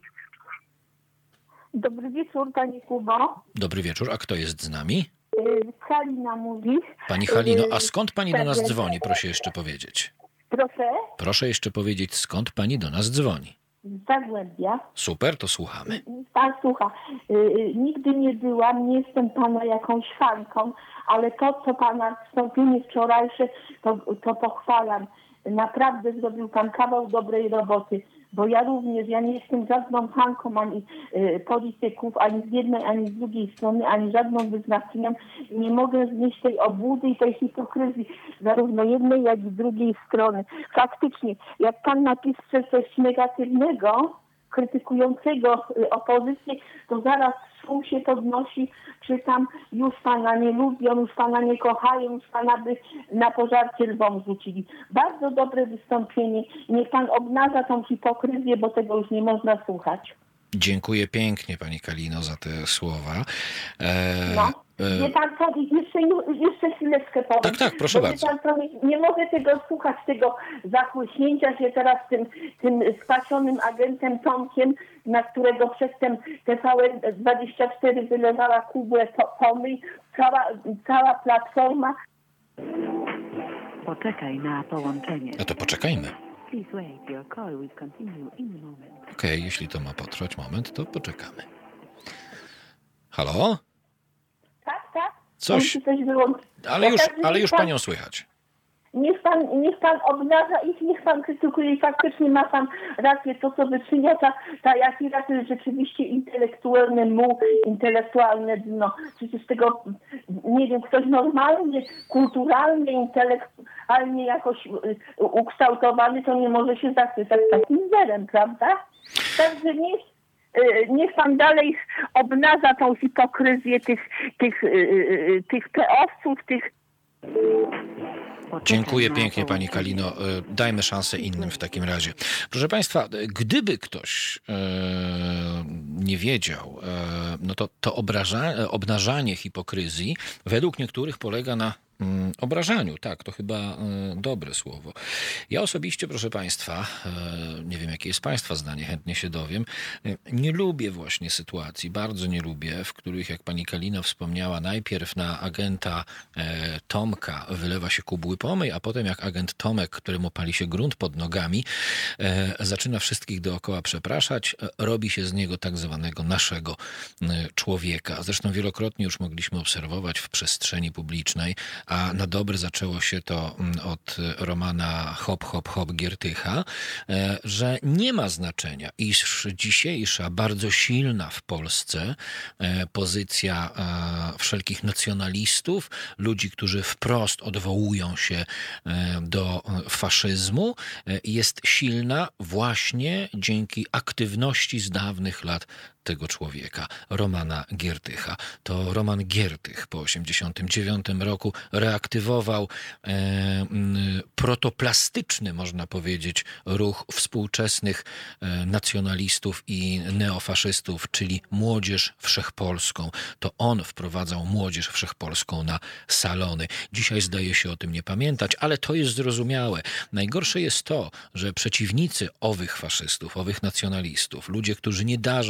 Dobry wieczór, Pani Kubo. Dobry wieczór, a kto jest z nami? Halina mówi. Pani Halino, a skąd pani do nas dzwoni? Proszę jeszcze powiedzieć. Proszę? Proszę jeszcze powiedzieć, skąd pani do nas dzwoni. Z Zagłębia. Super, to słuchamy. Pan słucha. Nigdy nie byłam, nie jestem Pana jakąś fanką, ale to, co Pana wystąpienie wczorajsze, to pochwalam. Naprawdę zrobił Pan kawał dobrej roboty. Bo ja również, ja nie jestem żadną fanką ani polityków, ani z jednej, ani z drugiej strony, ani żadną wyznawczynią. Nie mogę znieść tej obłudy i tej hipokryzji, zarówno jednej, jak i drugiej strony. Faktycznie, jak pan napisze coś negatywnego, krytykującego opozycję, to zaraz szum się podnosi, czy tam już pana nie lubią, już pana nie kochają, już pana by na pożarcie lwom rzucili. Bardzo dobre wystąpienie. Niech pan obnaża tą hipokryzję, bo tego już nie można słuchać. Dziękuję pięknie pani Kalino za te słowa. Wie pan co, jeszcze chwileczkę powiem. Tak, proszę bardzo. Pan co, nie mogę tego słuchać, tego zachłyśnięcia się teraz tym spasionym agentem Tomkiem, na którego przedtem TVN24 wylewała kubłę pomyj, cała platforma. Poczekaj na połączenie. No to poczekajmy. Please wait, your call will continue in a moment. Okej, jeśli to ma potrwać moment, to poczekamy. Halo? Tak. Coś, ale już panią słychać. Niech pan obnaża i niech pan krytykuje i faktycznie ma pan rację, to co wyczynia ta Jakira to jest rzeczywiście intelektualne dno. Przecież tego, nie wiem, ktoś normalnie, kulturalnie, intelektualnie jakoś ukształtowany, to nie może się zachwycać takim zerem, prawda? Także niech pan dalej obnaża tą hipokryzję tych peowców, tych... Dziękuję pięknie pani Kalino. Dajmy szansę innym w takim razie. Proszę państwa, gdyby ktoś nie wiedział, no to obnażanie hipokryzji według niektórych polega na obrażaniu. Tak, to chyba dobre słowo. Ja osobiście, proszę państwa, nie wiem jakie jest państwa zdanie, chętnie się dowiem, nie lubię właśnie sytuacji, bardzo nie lubię, w których, jak pani Kalina wspomniała, najpierw na agenta Tomka wylewa się kubły pomyj, a potem jak agent Tomek, któremu pali się grunt pod nogami, zaczyna wszystkich dookoła przepraszać, robi się z niego tak zwanego naszego człowieka. Zresztą wielokrotnie już mogliśmy obserwować w przestrzeni publicznej, a na dobre zaczęło się to od Romana Giertycha, że nie ma znaczenia, iż dzisiejsza, bardzo silna w Polsce pozycja wszelkich nacjonalistów, ludzi, którzy wprost odwołują się do faszyzmu, jest silna właśnie dzięki aktywności z dawnych lat tego człowieka, Romana Giertycha. To Roman Giertych po 1989 roku reaktywował protoplastyczny, można powiedzieć, ruch współczesnych nacjonalistów i neofaszystów, czyli Młodzież Wszechpolską. To on wprowadzał Młodzież Wszechpolską na salony. Dzisiaj zdaje się o tym nie pamiętać, ale to jest zrozumiałe. Najgorsze jest to, że przeciwnicy owych faszystów, owych nacjonalistów, ludzie, którzy nie darzą sympatią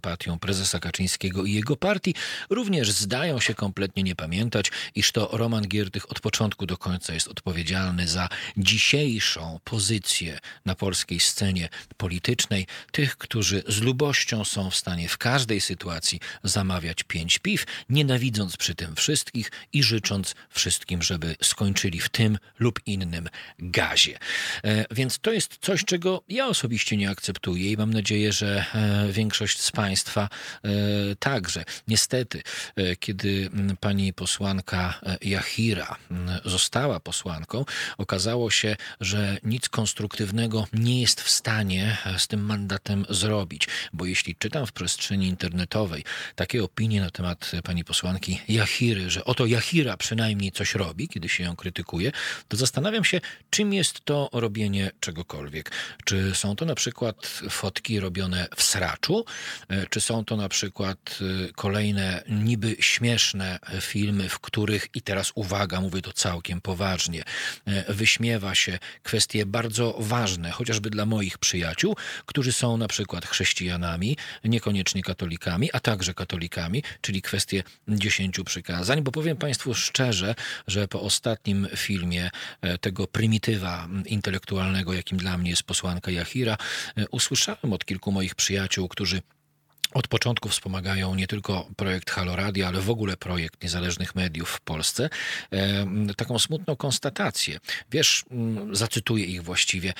sympatią prezesa Kaczyńskiego i jego partii, również zdają się kompletnie nie pamiętać, iż to Roman Giertych od początku do końca jest odpowiedzialny za dzisiejszą pozycję na polskiej scenie politycznej tych, którzy z lubością są w stanie w każdej sytuacji zamawiać 5 piw, nienawidząc przy tym wszystkich i życząc wszystkim, żeby skończyli w tym lub innym gazie. Więc to jest coś, czego ja osobiście nie akceptuję i mam nadzieję, że większość z Państwa także. Niestety, kiedy pani posłanka Jachira została posłanką, okazało się, że nic konstruktywnego nie jest w stanie z tym mandatem zrobić, bo jeśli czytam w przestrzeni internetowej takie opinie na temat pani posłanki Jachiry, że oto Jachira przynajmniej coś robi, kiedy się ją krytykuje, to zastanawiam się, czym jest to robienie czegokolwiek. Czy są to na przykład fotki robione w sraczu? Czy są to na przykład kolejne niby śmieszne filmy, w których, i teraz uwaga, mówię to całkiem poważnie, wyśmiewa się kwestie bardzo ważne, chociażby dla moich przyjaciół, którzy są na przykład chrześcijanami, niekoniecznie katolikami, a także katolikami, czyli kwestie 10 przykazań, bo powiem Państwu szczerze, że po ostatnim filmie tego prymitywa intelektualnego, jakim dla mnie jest posłanka Jachira, usłyszałem od kilku moich przyjaciół, którzy od początku wspomagają nie tylko projekt Halo Radio, ale w ogóle projekt niezależnych mediów w Polsce, taką smutną konstatację. Wiesz, zacytuję ich właściwie,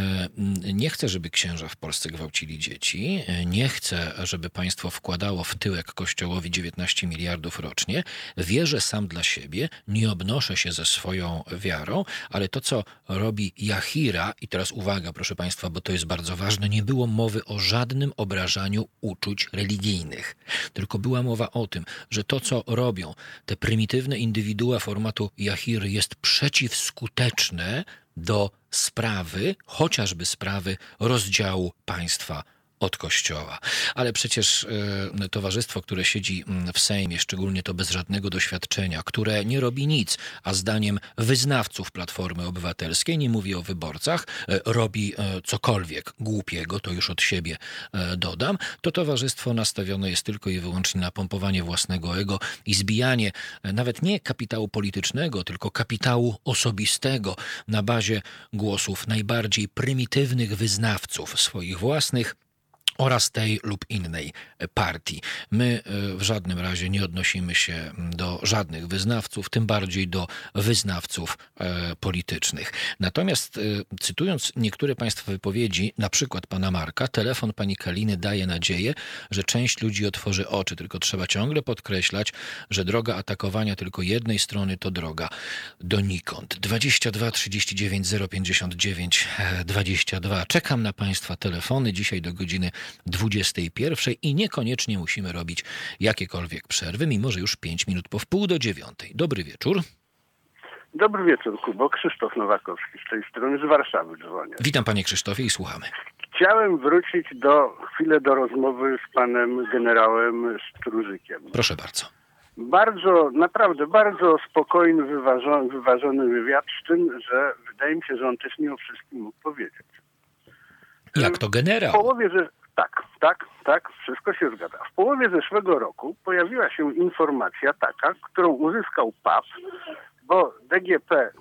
nie chcę, żeby księża w Polsce gwałcili dzieci, nie chcę, żeby państwo wkładało w tyłek Kościołowi 19 miliardów rocznie, wierzę sam dla siebie, nie obnoszę się ze swoją wiarą, ale to, co robi Jachira, i teraz uwaga, proszę Państwa, bo to jest bardzo ważne, nie było mowy o żadnym obrażaniu uczuć religijnych. Tylko była mowa o tym, że to, co robią te prymitywne indywidua formatu Jachiry, jest przeciwskuteczne do sprawy, chociażby sprawy rozdziału państwa od Kościoła. Ale przecież towarzystwo, które siedzi w Sejmie, szczególnie to bez żadnego doświadczenia, które nie robi nic, a zdaniem wyznawców Platformy Obywatelskiej, nie mówię o wyborcach, robi cokolwiek głupiego, to już od siebie dodam, to towarzystwo nastawione jest tylko i wyłącznie na pompowanie własnego ego i zbijanie nawet nie kapitału politycznego, tylko kapitału osobistego na bazie głosów najbardziej prymitywnych wyznawców swoich własnych oraz tej lub innej partii. My w żadnym razie nie odnosimy się do żadnych wyznawców, tym bardziej do wyznawców politycznych. Natomiast cytując niektóre Państwa wypowiedzi, na przykład pana Marka, telefon pani Kaliny daje nadzieję, że część ludzi otworzy oczy, tylko trzeba ciągle podkreślać, że droga atakowania tylko jednej strony to droga donikąd. 22 39 059 22. Czekam na Państwa telefony dzisiaj do godziny 21 i niekoniecznie musimy robić jakiekolwiek przerwy, mimo że już 5 minut po wpół do 9. Dobry wieczór. Dobry wieczór, Kubo. Krzysztof Nowakowski z tej strony, z Warszawy dzwonię. Witam panie Krzysztofie i słuchamy. Chciałem wrócić chwilę do rozmowy z panem generałem Strużykiem. Proszę bardzo. Naprawdę bardzo spokojny, wyważony wywiad, z tym, że wydaje mi się, że on też nie o wszystkim mógł powiedzieć. Jak to generał? W połowie, tak, wszystko się zgadza. W połowie zeszłego roku pojawiła się informacja taka, którą uzyskał PAP, bo DGP,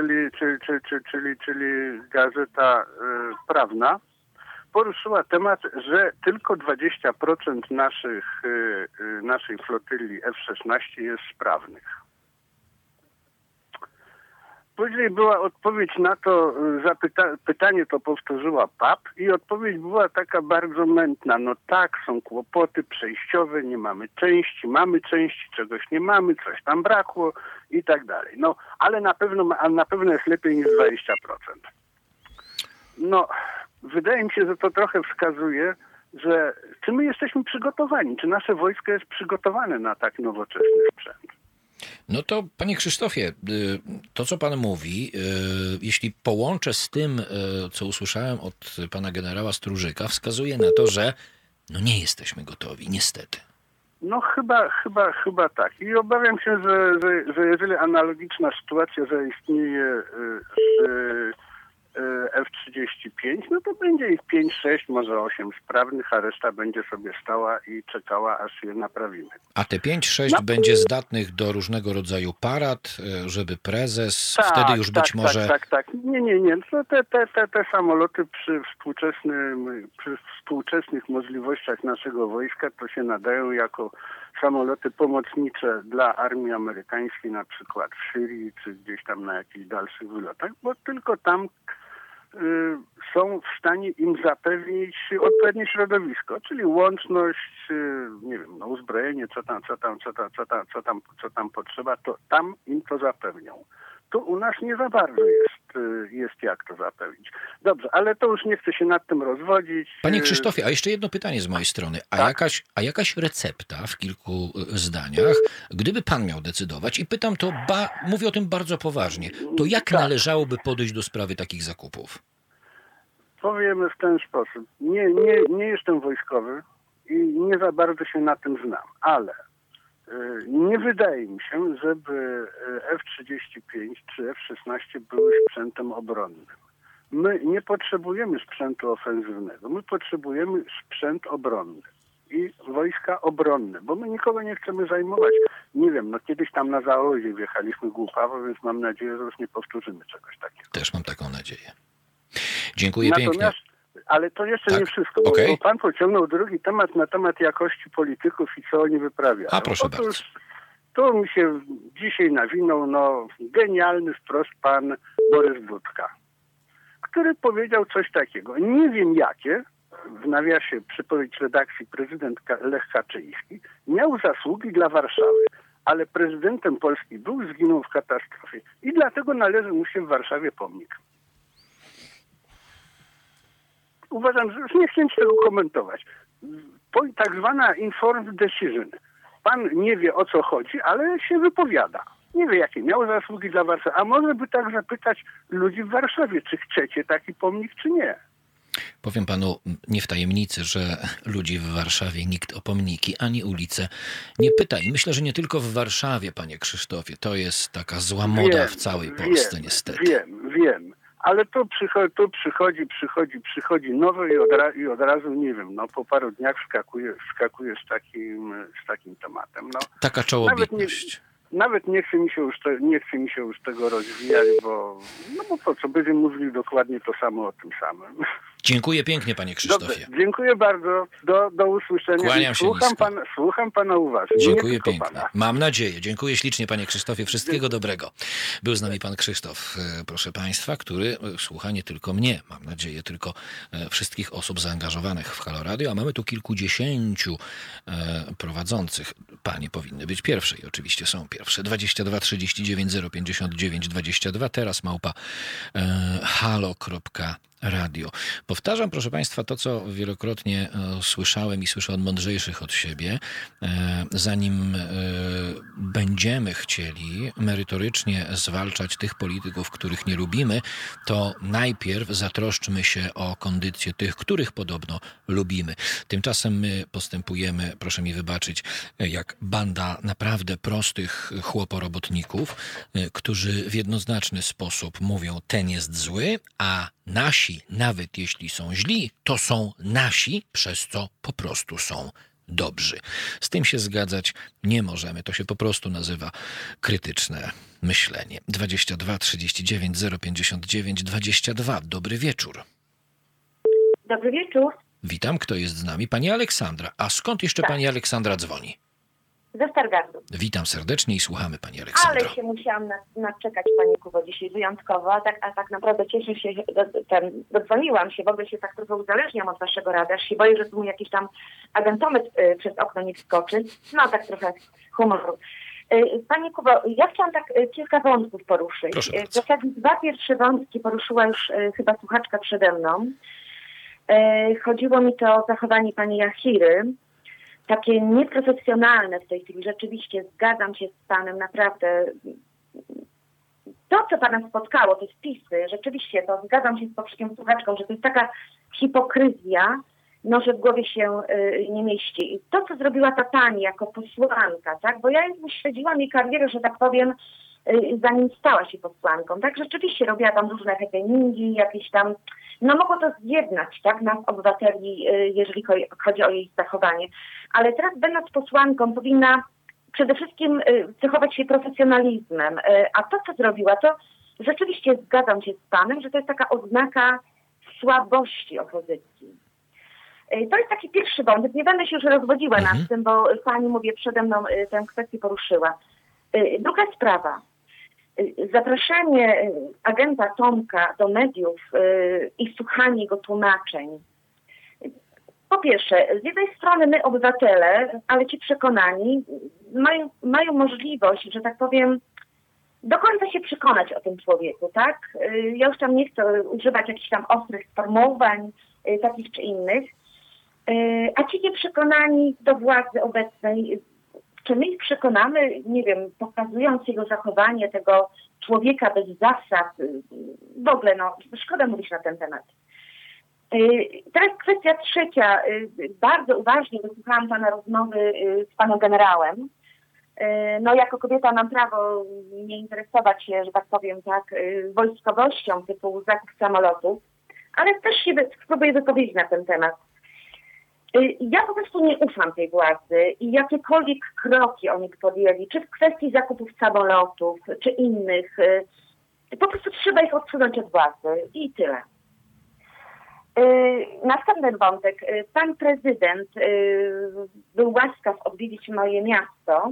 czyli Gazeta Prawna, poruszyła temat, że tylko 20% naszej flotyli F-16 jest sprawnych. Później była odpowiedź na to, pytanie to powtórzyła PAP i odpowiedź była taka bardzo mętna. No tak, są kłopoty przejściowe, nie mamy części, czegoś nie mamy, coś tam brakło i tak dalej. No, ale na pewno jest lepiej niż 20%. No, wydaje mi się, że to trochę wskazuje, że czy my jesteśmy przygotowani, czy nasze wojsko jest przygotowane na tak nowoczesny sprzęt. No to, panie Krzysztofie, to co pan mówi, jeśli połączę z tym, co usłyszałem od pana generała Strużyka, wskazuje na to, że no nie jesteśmy gotowi, niestety. No chyba tak. I obawiam się, że jeżeli analogiczna sytuacja zaistnieje z F-35, no to będzie ich 5, 6, może 8 sprawnych, a reszta będzie sobie stała i czekała, aż je naprawimy. A te 5-6 będzie zdatnych do różnego rodzaju parad, żeby prezes, wtedy już być może... Tak. Nie. To te samoloty przy współczesnych możliwościach naszego wojska to się nadają jako samoloty pomocnicze dla armii amerykańskiej, na przykład w Syrii, czy gdzieś tam na jakichś dalszych wylotach, bo tylko tam są w stanie im zapewnić odpowiednie środowisko, czyli łączność, nie wiem, no uzbrojenie, co tam potrzeba, to tam im to zapewnią. Tu u nas nie za bardzo jest jak to zapewnić. Dobrze, ale to już nie chcę się nad tym rozwodzić. Panie Krzysztofie, a jeszcze jedno pytanie z mojej strony. A jakaś recepta w kilku zdaniach, gdyby pan miał decydować, i pytam to, mówię o tym bardzo poważnie, to jak należałoby podejść do sprawy takich zakupów? Powiem w ten sposób. Nie jestem wojskowy i nie za bardzo się na tym znam, ale nie wydaje mi się, żeby F-35 czy F-16 były sprzętem obronnym. My nie potrzebujemy sprzętu ofensywnego, my potrzebujemy sprzęt obronny i wojska obronne, bo my nikogo nie chcemy zajmować. Nie wiem, no kiedyś tam na Zaolzie wjechaliśmy głupawo, więc mam nadzieję, że już nie powtórzymy czegoś takiego. Też mam taką nadzieję. Dziękuję pięknie. Ale to jeszcze nie wszystko, bo pan pociągnął drugi temat na temat jakości polityków i co oni wyprawiają. A proszę bardzo. Tu mi się dzisiaj nawinął genialny wprost pan Borys Budka, który powiedział coś takiego. Nie wiem jakie, w nawiasie przypowiedź redakcji prezydent Lech Kaczyński, miał zasługi dla Warszawy, ale prezydentem Polski był, zginął w katastrofie i dlatego należy mu się w Warszawie pomnik. Uważam, że już nie chcę tego komentować. Tak zwana informed decision. Pan nie wie, o co chodzi, ale się wypowiada. Nie wie, jakie miał zasługi dla Warszawy. A może by tak zapytać ludzi w Warszawie, czy chcecie taki pomnik, czy nie. Powiem panu nie w tajemnicy, że ludzi w Warszawie nikt o pomniki ani ulice nie pyta. I myślę, że nie tylko w Warszawie, panie Krzysztofie. To jest taka zła moda w całej Polsce, niestety. Wiem. Ale tu przychodzi nowy i od razu, nie wiem, po paru dniach wskakuje z takim tematem. Taka czołobitność. Nawet nie chce mi się już tego rozwijać, bo po co, będziemy mówili dokładnie to samo o tym samym. Dziękuję pięknie, panie Krzysztofie. Dobrze, dziękuję bardzo. Do usłyszenia. Kłaniam się Słucham pana uważnie. Dziękuję pięknie. Pana. Mam nadzieję. Dziękuję ślicznie, panie Krzysztofie. Wszystkiego dobrego. Był z nami pan Krzysztof, proszę państwa, który słucha nie tylko mnie, mam nadzieję, tylko wszystkich osób zaangażowanych w Halo Radio, a mamy tu kilkudziesięciu prowadzących. Panie powinny być pierwsze i oczywiście są pierwsze. 22 39 059 22, teraz @halo.radio. Powtarzam, proszę państwa, to, co wielokrotnie słyszałem i słyszę od mądrzejszych od siebie. Zanim będziemy chcieli merytorycznie zwalczać tych polityków, których nie lubimy, to najpierw zatroszczmy się o kondycję tych, których podobno lubimy. Tymczasem my postępujemy, proszę mi wybaczyć, jak banda naprawdę prostych chłoporobotników, którzy w jednoznaczny sposób mówią, ten jest zły, a nasi, nawet jeśli są źli, to są nasi, przez co po prostu są dobrzy. Z tym się zgadzać nie możemy. To się po prostu nazywa krytyczne myślenie. 22 39 059 22. Dobry wieczór. Dobry wieczór. Witam. Kto jest z nami? Pani Aleksandra. A skąd jeszcze pani Aleksandra dzwoni? Ze Stargardu. Witam serdecznie i słuchamy, pani Aleksandro. Ale się musiałam naczekać, panie Kubo, dzisiaj wyjątkowo, a tak naprawdę cieszę się, że dodzwoniłam się, w ogóle się tak trochę uzależniam od waszego rady, aż się boję, że tu mi jakiś tam agentometr przez okno nie wskoczy. No tak trochę humoru. Panie Kubo, ja chciałam tak kilka wątków poruszyć. W zasadzie dwa pierwsze wątki poruszyła już chyba słuchaczka przede mną. Chodziło mi to o zachowanie pani Jachiry. Takie nieprofesjonalne w tej chwili. Rzeczywiście zgadzam się z panem, naprawdę. To, co pana spotkało, te wpisy, rzeczywiście to zgadzam się z poprzednią słuchaczką, że to jest taka hipokryzja, że w głowie się nie mieści. I to, co zrobiła ta pani jako posłanka, tak, bo ja śledziłam jej karierę, że tak powiem, zanim stała się posłanką. Tak, rzeczywiście robiła tam różne happeningi, jakieś tam, mogło to zjednać, tak, nas obywateli, jeżeli chodzi o jej zachowanie. Ale teraz, będąc posłanką, powinna przede wszystkim cechować się profesjonalizmem. A to, co zrobiła, to rzeczywiście zgadzam się z panem, że to jest taka oznaka słabości opozycji. To jest taki pierwszy wątek. Nie będę się już rozwodziła nad tym, bo pani, mówię, przede mną tę kwestię poruszyła. Druga sprawa. Zaproszenie agenta Tomka do mediów i słuchanie jego tłumaczeń. Po pierwsze, z jednej strony my, obywatele, ale ci przekonani, mają możliwość, że tak powiem, do końca się przekonać o tym człowieku, tak? Ja już tam nie chcę używać jakichś tam ostrych sformułowań, takich czy innych. A ci nieprzekonani do władzy obecnej, czy my ich przekonamy, nie wiem, pokazując jego zachowanie, tego człowieka bez zasad, w ogóle, szkoda mówić na ten temat. Teraz kwestia trzecia. Bardzo uważnie wysłuchałam pana rozmowy z panem generałem. Jako kobieta mam prawo nie interesować się, że tak powiem, tak, wojskowością typu zakup samolotów, ale też się spróbuję wypowiedzieć na ten temat. Ja po prostu nie ufam tej władzy i jakiekolwiek kroki oni podjęli, czy w kwestii zakupów samolotów, czy innych, po prostu trzeba ich odsunąć od władzy i tyle. Następny wątek. Pan prezydent był łaskaw odwiedzić moje miasto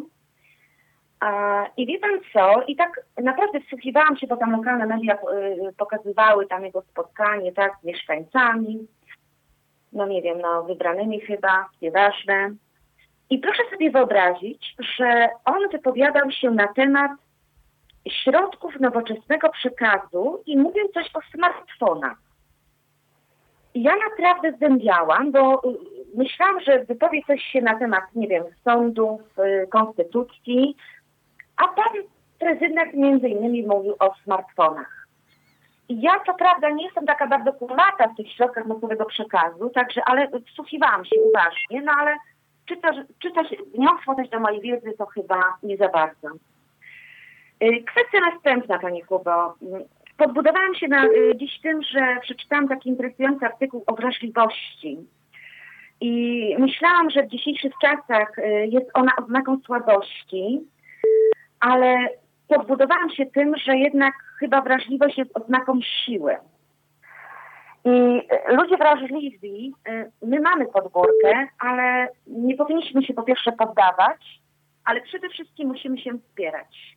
i wie pan co? I tak naprawdę wsłuchiwałam się, bo tam lokalne media pokazywały tam jego spotkanie, tak, z mieszkańcami. Nie wiem, wybranymi chyba, nieważne. I proszę sobie wyobrazić, że on wypowiadał się na temat środków nowoczesnego przekazu i mówił coś o smartfonach. I ja naprawdę zdębiałam, bo myślałam, że wypowie coś się na temat, nie wiem, sądów, konstytucji, a pan prezydent między innymi mówił o smartfonach. I ja co prawda nie jestem taka bardzo kumata w tych środkach masowego przekazu, ale wsłuchiwałam się uważnie, ale czytać, wniosło też do mojej wiedzy, to chyba nie za bardzo. Kwestia następna, pani Kubo. Podbudowałam się dziś tym, że przeczytałam taki interesujący artykuł o wrażliwości. I myślałam, że w dzisiejszych czasach jest ona oznaką słabości, ale podbudowałam się tym, że jednak chyba wrażliwość jest oznaką siły. I ludzie wrażliwi, my mamy podgórkę, ale nie powinniśmy się po pierwsze poddawać, ale przede wszystkim musimy się wspierać.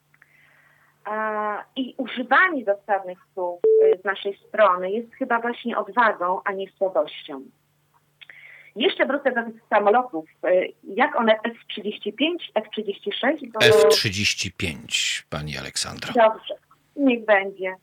I używanie dostawnych słów z naszej strony jest chyba właśnie odwagą, a nie słabością. Jeszcze wrócę do tych samolotów. Jak one F-35, F-36? F-35, pani Aleksandro. Dobrze, niech będzie.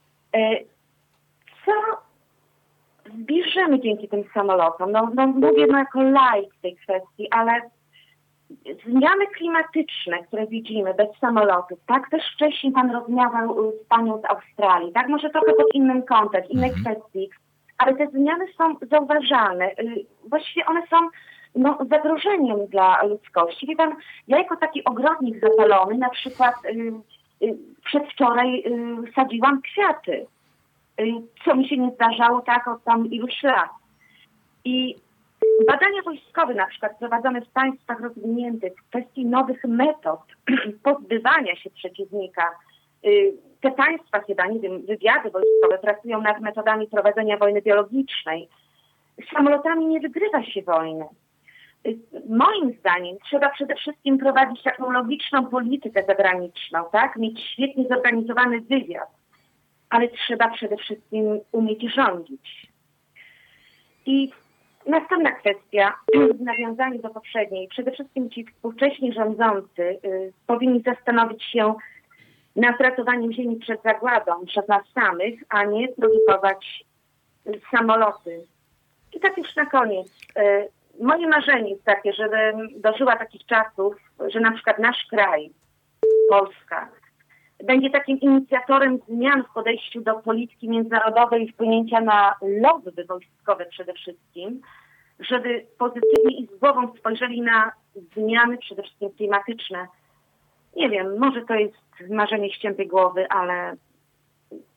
Co zbierzemy dzięki tym samolotom? Mówię jako laik w tej kwestii, ale zmiany klimatyczne, które widzimy bez samolotów, tak? Też wcześniej pan rozmawiał z panią z Australii, tak? Może trochę pod innym kątem, innej kwestii, ale te zmiany są zauważalne. Właściwie one są zagrożeniem dla ludzkości. Wie pan, ja jako taki ogrodnik zapalony na przykład przedwczoraj sadziłam kwiaty, co mi się nie zdarzało tak od tam iluś lat. I badania wojskowe na przykład prowadzone w państwach rozwiniętych w kwestii nowych metod pozbywania się przeciwnika. Te państwa chyba, nie wiem, wywiady wojskowe pracują nad metodami prowadzenia wojny biologicznej. Samolotami nie wygrywa się wojny. Moim zdaniem trzeba przede wszystkim prowadzić taką logiczną politykę zagraniczną, tak? Mieć świetnie zorganizowany wywiad, ale trzeba przede wszystkim umieć rządzić. I następna kwestia, w nawiązaniu do poprzedniej, przede wszystkim ci współcześni rządzący powinni zastanowić się nad ratowaniem ziemi przed zagładą przez nas samych, a nie produkować samoloty. I tak już na koniec. Moje marzenie jest takie, żebym dożyła takich czasów, że na przykład nasz kraj, Polska, będzie takim inicjatorem zmian w podejściu do polityki międzynarodowej i wpłynięcia na lobby wojskowe przede wszystkim, żeby pozytywnie i z głową spojrzeli na zmiany przede wszystkim klimatyczne. Nie wiem, może to jest marzenie ściętej głowy, ale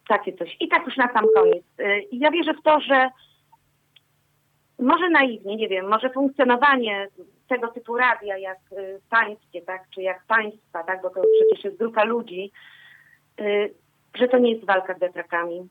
Takie coś. I tak już na sam koniec. Ja wierzę w to, że może naiwnie, nie wiem, może funkcjonowanie tego typu radia jak pańskie, tak, czy jak państwa, tak, bo to przecież jest grupa ludzi, że to nie jest walka z wiatrakami.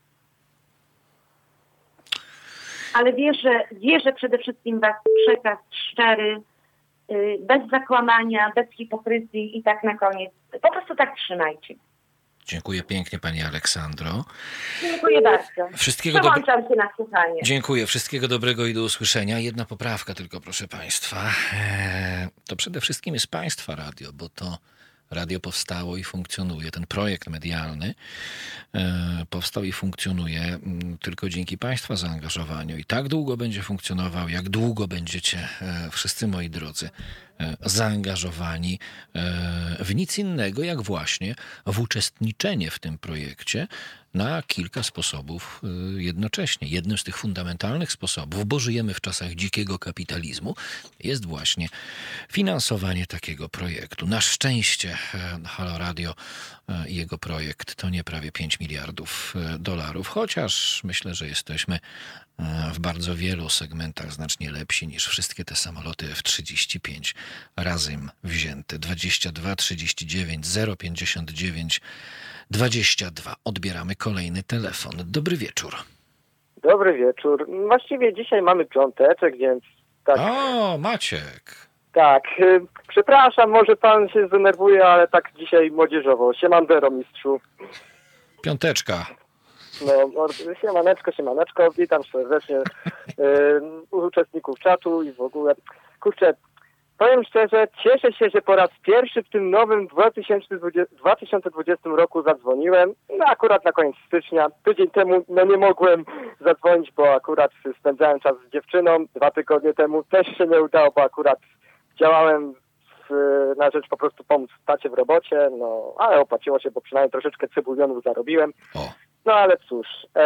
Ale wierzę przede wszystkim w was przekaz szczery, bez zakłamania, bez hipokryzji i tak na koniec. Po prostu tak trzymajcie. Dziękuję pięknie, pani Aleksandro. Dziękuję bardzo. Przełączam się na słuchanie. Dziękuję. Wszystkiego dobrego i do usłyszenia. Jedna poprawka tylko, proszę państwa. To przede wszystkim jest państwa radio, bo to radio powstało i funkcjonuje. Ten projekt medialny powstał i funkcjonuje tylko dzięki państwa zaangażowaniu. I tak długo będzie funkcjonował, jak długo będziecie wszyscy moi drodzy zaangażowani w nic innego, jak właśnie w uczestniczenie w tym projekcie na kilka sposobów jednocześnie. Jednym z tych fundamentalnych sposobów, bo żyjemy w czasach dzikiego kapitalizmu, jest właśnie finansowanie takiego projektu. Na szczęście Halo Radio i jego projekt to nie prawie 5 miliardów dolarów, chociaż myślę, że jesteśmy w bardzo wielu segmentach znacznie lepsi niż wszystkie te samoloty F-35 razem wzięte. 22 39 059 22. Odbieramy kolejny telefon. Dobry wieczór. Dobry wieczór. Właściwie dzisiaj mamy piąteczek, więc tak. O, Maciek. Tak. Przepraszam, może pan się zdenerwuje, ale tak dzisiaj młodzieżowo. Siemandero, mistrzu. Piąteczka. No, siemaneczko. Witam serdecznie uczestników czatu i w ogóle. Kurczę, powiem szczerze, cieszę się, że po raz pierwszy w tym nowym 2020 roku zadzwoniłem. No akurat na koniec stycznia. Tydzień temu nie mogłem zadzwonić, bo akurat spędzałem czas z dziewczyną. 2 tygodnie temu też się nie udało, bo akurat działałem na rzecz po prostu pomóc tacie w robocie. No, ale opłaciło się, bo przynajmniej troszeczkę cebulionów zarobiłem. No ale cóż...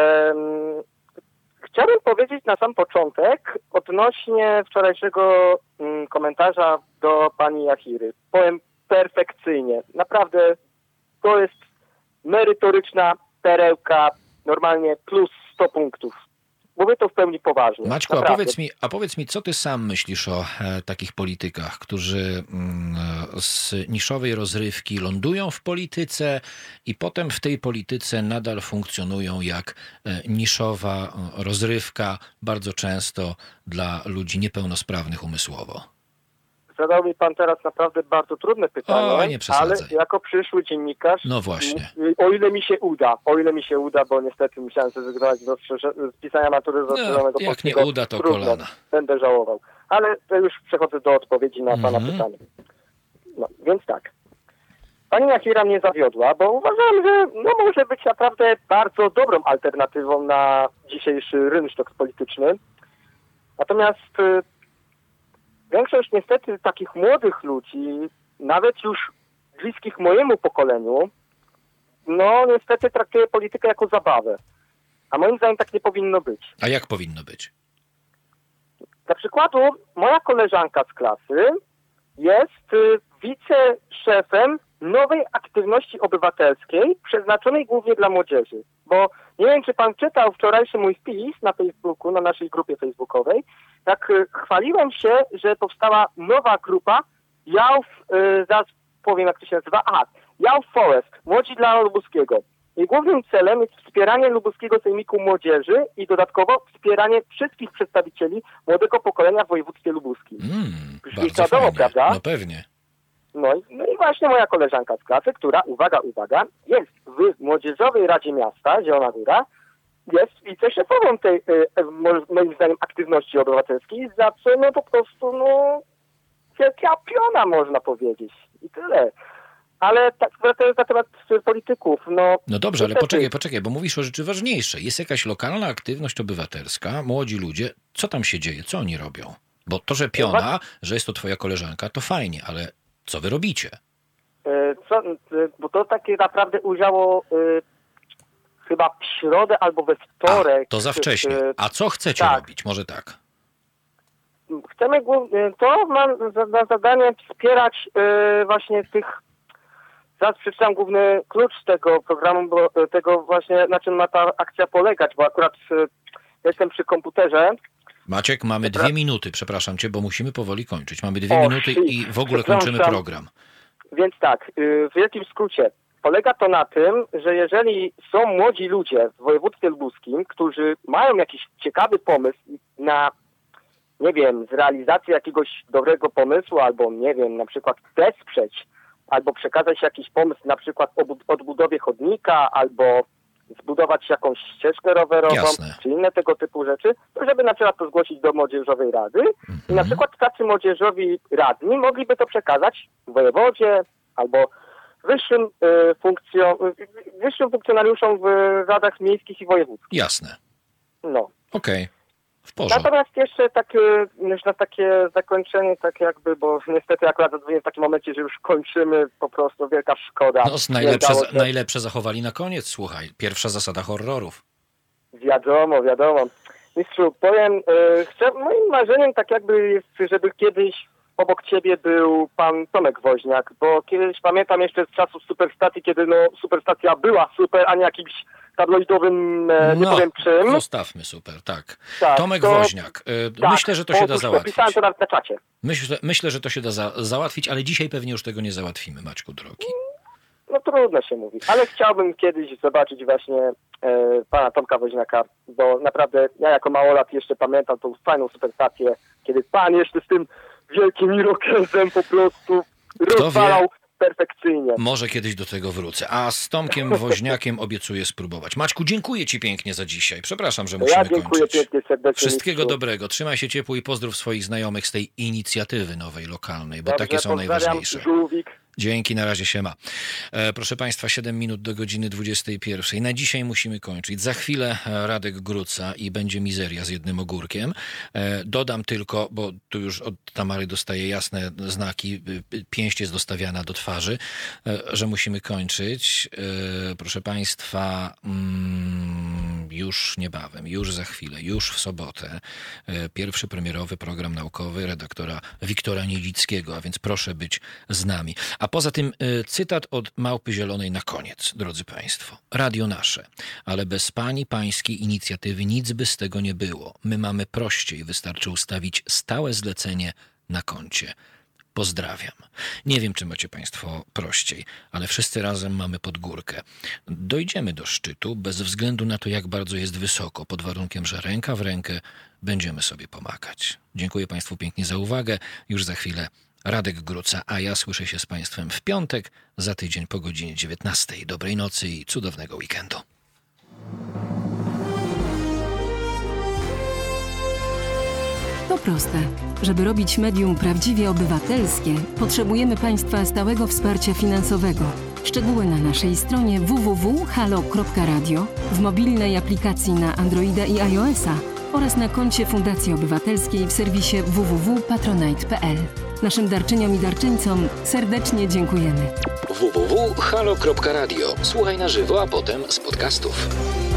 Chciałbym powiedzieć na sam początek odnośnie wczorajszego komentarza do pani Jachiry. Powiem perfekcyjnie. Naprawdę to jest merytoryczna perełka, normalnie plus 100 punktów. Mówię to w pełni poważnie. Maćku, a powiedz mi, co ty sam myślisz o takich politykach, którzy z niszowej rozrywki lądują w polityce i potem w tej polityce nadal funkcjonują jak niszowa rozrywka, bardzo często dla ludzi niepełnosprawnych umysłowo? Zadał mi pan teraz naprawdę bardzo trudne pytanie, nie ale jako przyszły dziennikarz, no właśnie. o ile mi się uda, bo niestety musiałem zrezygnować z pisania matury z ostrzeżonego jak polskiego. nie uda, to kolana. Będę żałował. Ale to już przechodzę do odpowiedzi na pana pytanie. No, więc tak. Pani Jachira mnie zawiodła, bo uważam, że może być naprawdę bardzo dobrą alternatywą na dzisiejszy rynsztok polityczny. Natomiast większość niestety takich młodych ludzi, nawet już bliskich mojemu pokoleniu, niestety traktuje politykę jako zabawę. A moim zdaniem tak nie powinno być. A jak powinno być? Dla przykładu, moja koleżanka z klasy jest wiceszefem nowej aktywności obywatelskiej przeznaczonej głównie dla młodzieży. Bo nie wiem, czy pan czytał wczorajszy mój wpis na Facebooku, na naszej grupie facebookowej. Tak chwaliłem się, że powstała nowa grupa zaraz powiem, jak to się nazywa. Youth Forest, Młodzi dla Lubuskiego. Jej głównym celem jest wspieranie lubuskiego sejmiku młodzieży i wspieranie wszystkich przedstawicieli młodego pokolenia w województwie lubuskim. Bardzo fajnie, prawda? No pewnie. No i właśnie moja koleżanka z klasy, która, uwaga, jest w Młodzieżowej Radzie Miasta, Zielona Góra, jest wiceszefową tej, moim zdaniem, aktywności obywatelskiej, za co po prostu, wielka piona, można powiedzieć. I tyle. Ale tak, wracając na temat polityków, No dobrze, ale poczekaj, bo mówisz o rzeczy ważniejszej. Jest jakaś lokalna aktywność obywatelska, młodzi ludzie, co tam się dzieje, co oni robią? Bo to, że piona, że jest to twoja koleżanka, to fajnie, ale co wy robicie? Bo to takie naprawdę ujrzało chyba w środę albo we wtorek. To za wcześnie. A co chcecie robić? Może tak. Mam za zadanie wspierać właśnie tych zaraz przeczytam główny klucz tego programu, bo tego właśnie, na czym ma ta akcja polegać, bo akurat jestem przy komputerze. Maciek, mamy 2 minuty, przepraszam cię, bo musimy powoli kończyć. Mamy 2 minuty i w ogóle kończymy program. Więc tak, w wielkim skrócie. Polega to na tym, że jeżeli są młodzi ludzie w województwie lubuskim, którzy mają jakiś ciekawy pomysł na, nie wiem, zrealizację jakiegoś dobrego pomysłu, albo, nie wiem, na przykład wesprzeć, albo przekazać jakiś pomysł, na przykład o odbudowie chodnika, albo zbudować jakąś ścieżkę rowerową, czy inne tego typu rzeczy, to żeby na przykład to zgłosić do Młodzieżowej Rady i na przykład tacy młodzieżowi radni mogliby to przekazać wojewodzie albo wyższym funkcjonariuszom w radach miejskich i wojewódzkich. Jasne. No. Okej. W porządku. Natomiast jeszcze już na takie zakończenie, tak jakby, bo niestety akurat zadzwonię w takim momencie, że już kończymy, po prostu wielka szkoda. No, najlepsze zachowali na koniec, słuchaj. Pierwsza zasada horrorów. Wiadomo. Mistrzu, powiem, moim marzeniem tak jakby jest, żeby kiedyś obok ciebie był pan Tomek Woźniak, bo kiedyś pamiętam jeszcze z czasów Superstacji, kiedy Superstacja była super, a nie jakimś tabloidowym, nie powiem czym. Zostawmy super, tak. Tomek Woźniak. Myślę, że to się da załatwić. Pisałem to nawet na czacie. Myślę, że to się da załatwić, ale dzisiaj pewnie już tego nie załatwimy, Maćku drogi. No trudno się mówi, ale chciałbym kiedyś zobaczyć właśnie pana Tomka Woźniaka, bo naprawdę ja jako małolat jeszcze pamiętam tą fajną Superstację, kiedy pan jeszcze z tym wielkim irokezem po prostu rozwalał perfekcyjnie. Może kiedyś do tego wrócę. A z Tomkiem Woźniakiem obiecuję spróbować. Maćku, dziękuję ci pięknie za dzisiaj. Przepraszam, że musimy kończyć. Ja dziękuję pięknie serdecznie. Wszystkiego dobrego. Trzymaj się ciepło i pozdrów swoich znajomych z tej inicjatywy nowej, lokalnej, bo dobrze, takie są najważniejsze. Żółwik. Dzięki, na razie, siema. Proszę Państwa, 7 minut do godziny 21. Na dzisiaj musimy kończyć. Za chwilę Radek Gruca i będzie mizeria z jednym ogórkiem. Dodam tylko, bo tu już od Tamary dostaję jasne znaki, pięść jest dostawiana do twarzy, że musimy kończyć. Proszę Państwa, już niebawem, już za chwilę, już w sobotę pierwszy premierowy program naukowy redaktora Wiktora Nielickiego, a więc proszę być z nami. A poza tym cytat od Małpy Zielonej na koniec, drodzy Państwo. Radio nasze, ale bez pani pańskiej inicjatywy nic by z tego nie było. My mamy prościej, wystarczy ustawić stałe zlecenie na koncie. Pozdrawiam. Nie wiem, czy macie Państwo prościej, ale wszyscy razem mamy pod górkę. Dojdziemy do szczytu bez względu na to, jak bardzo jest wysoko, pod warunkiem, że ręka w rękę będziemy sobie pomagać. Dziękuję Państwu pięknie za uwagę. Już za chwilę Radek Gruca, a ja słyszę się z Państwem w piątek, za tydzień po godzinie 19. Dobrej nocy i cudownego weekendu. To proste. Żeby robić medium prawdziwie obywatelskie, potrzebujemy Państwa stałego wsparcia finansowego. Szczegóły na naszej stronie www.halo.radio, w mobilnej aplikacji na Androida i iOS-a oraz na koncie Fundacji Obywatelskiej w serwisie www.patronite.pl. Naszym darczyniom i darczyńcom serdecznie dziękujemy. www.halo.radio. Słuchaj na żywo, a potem z podcastów.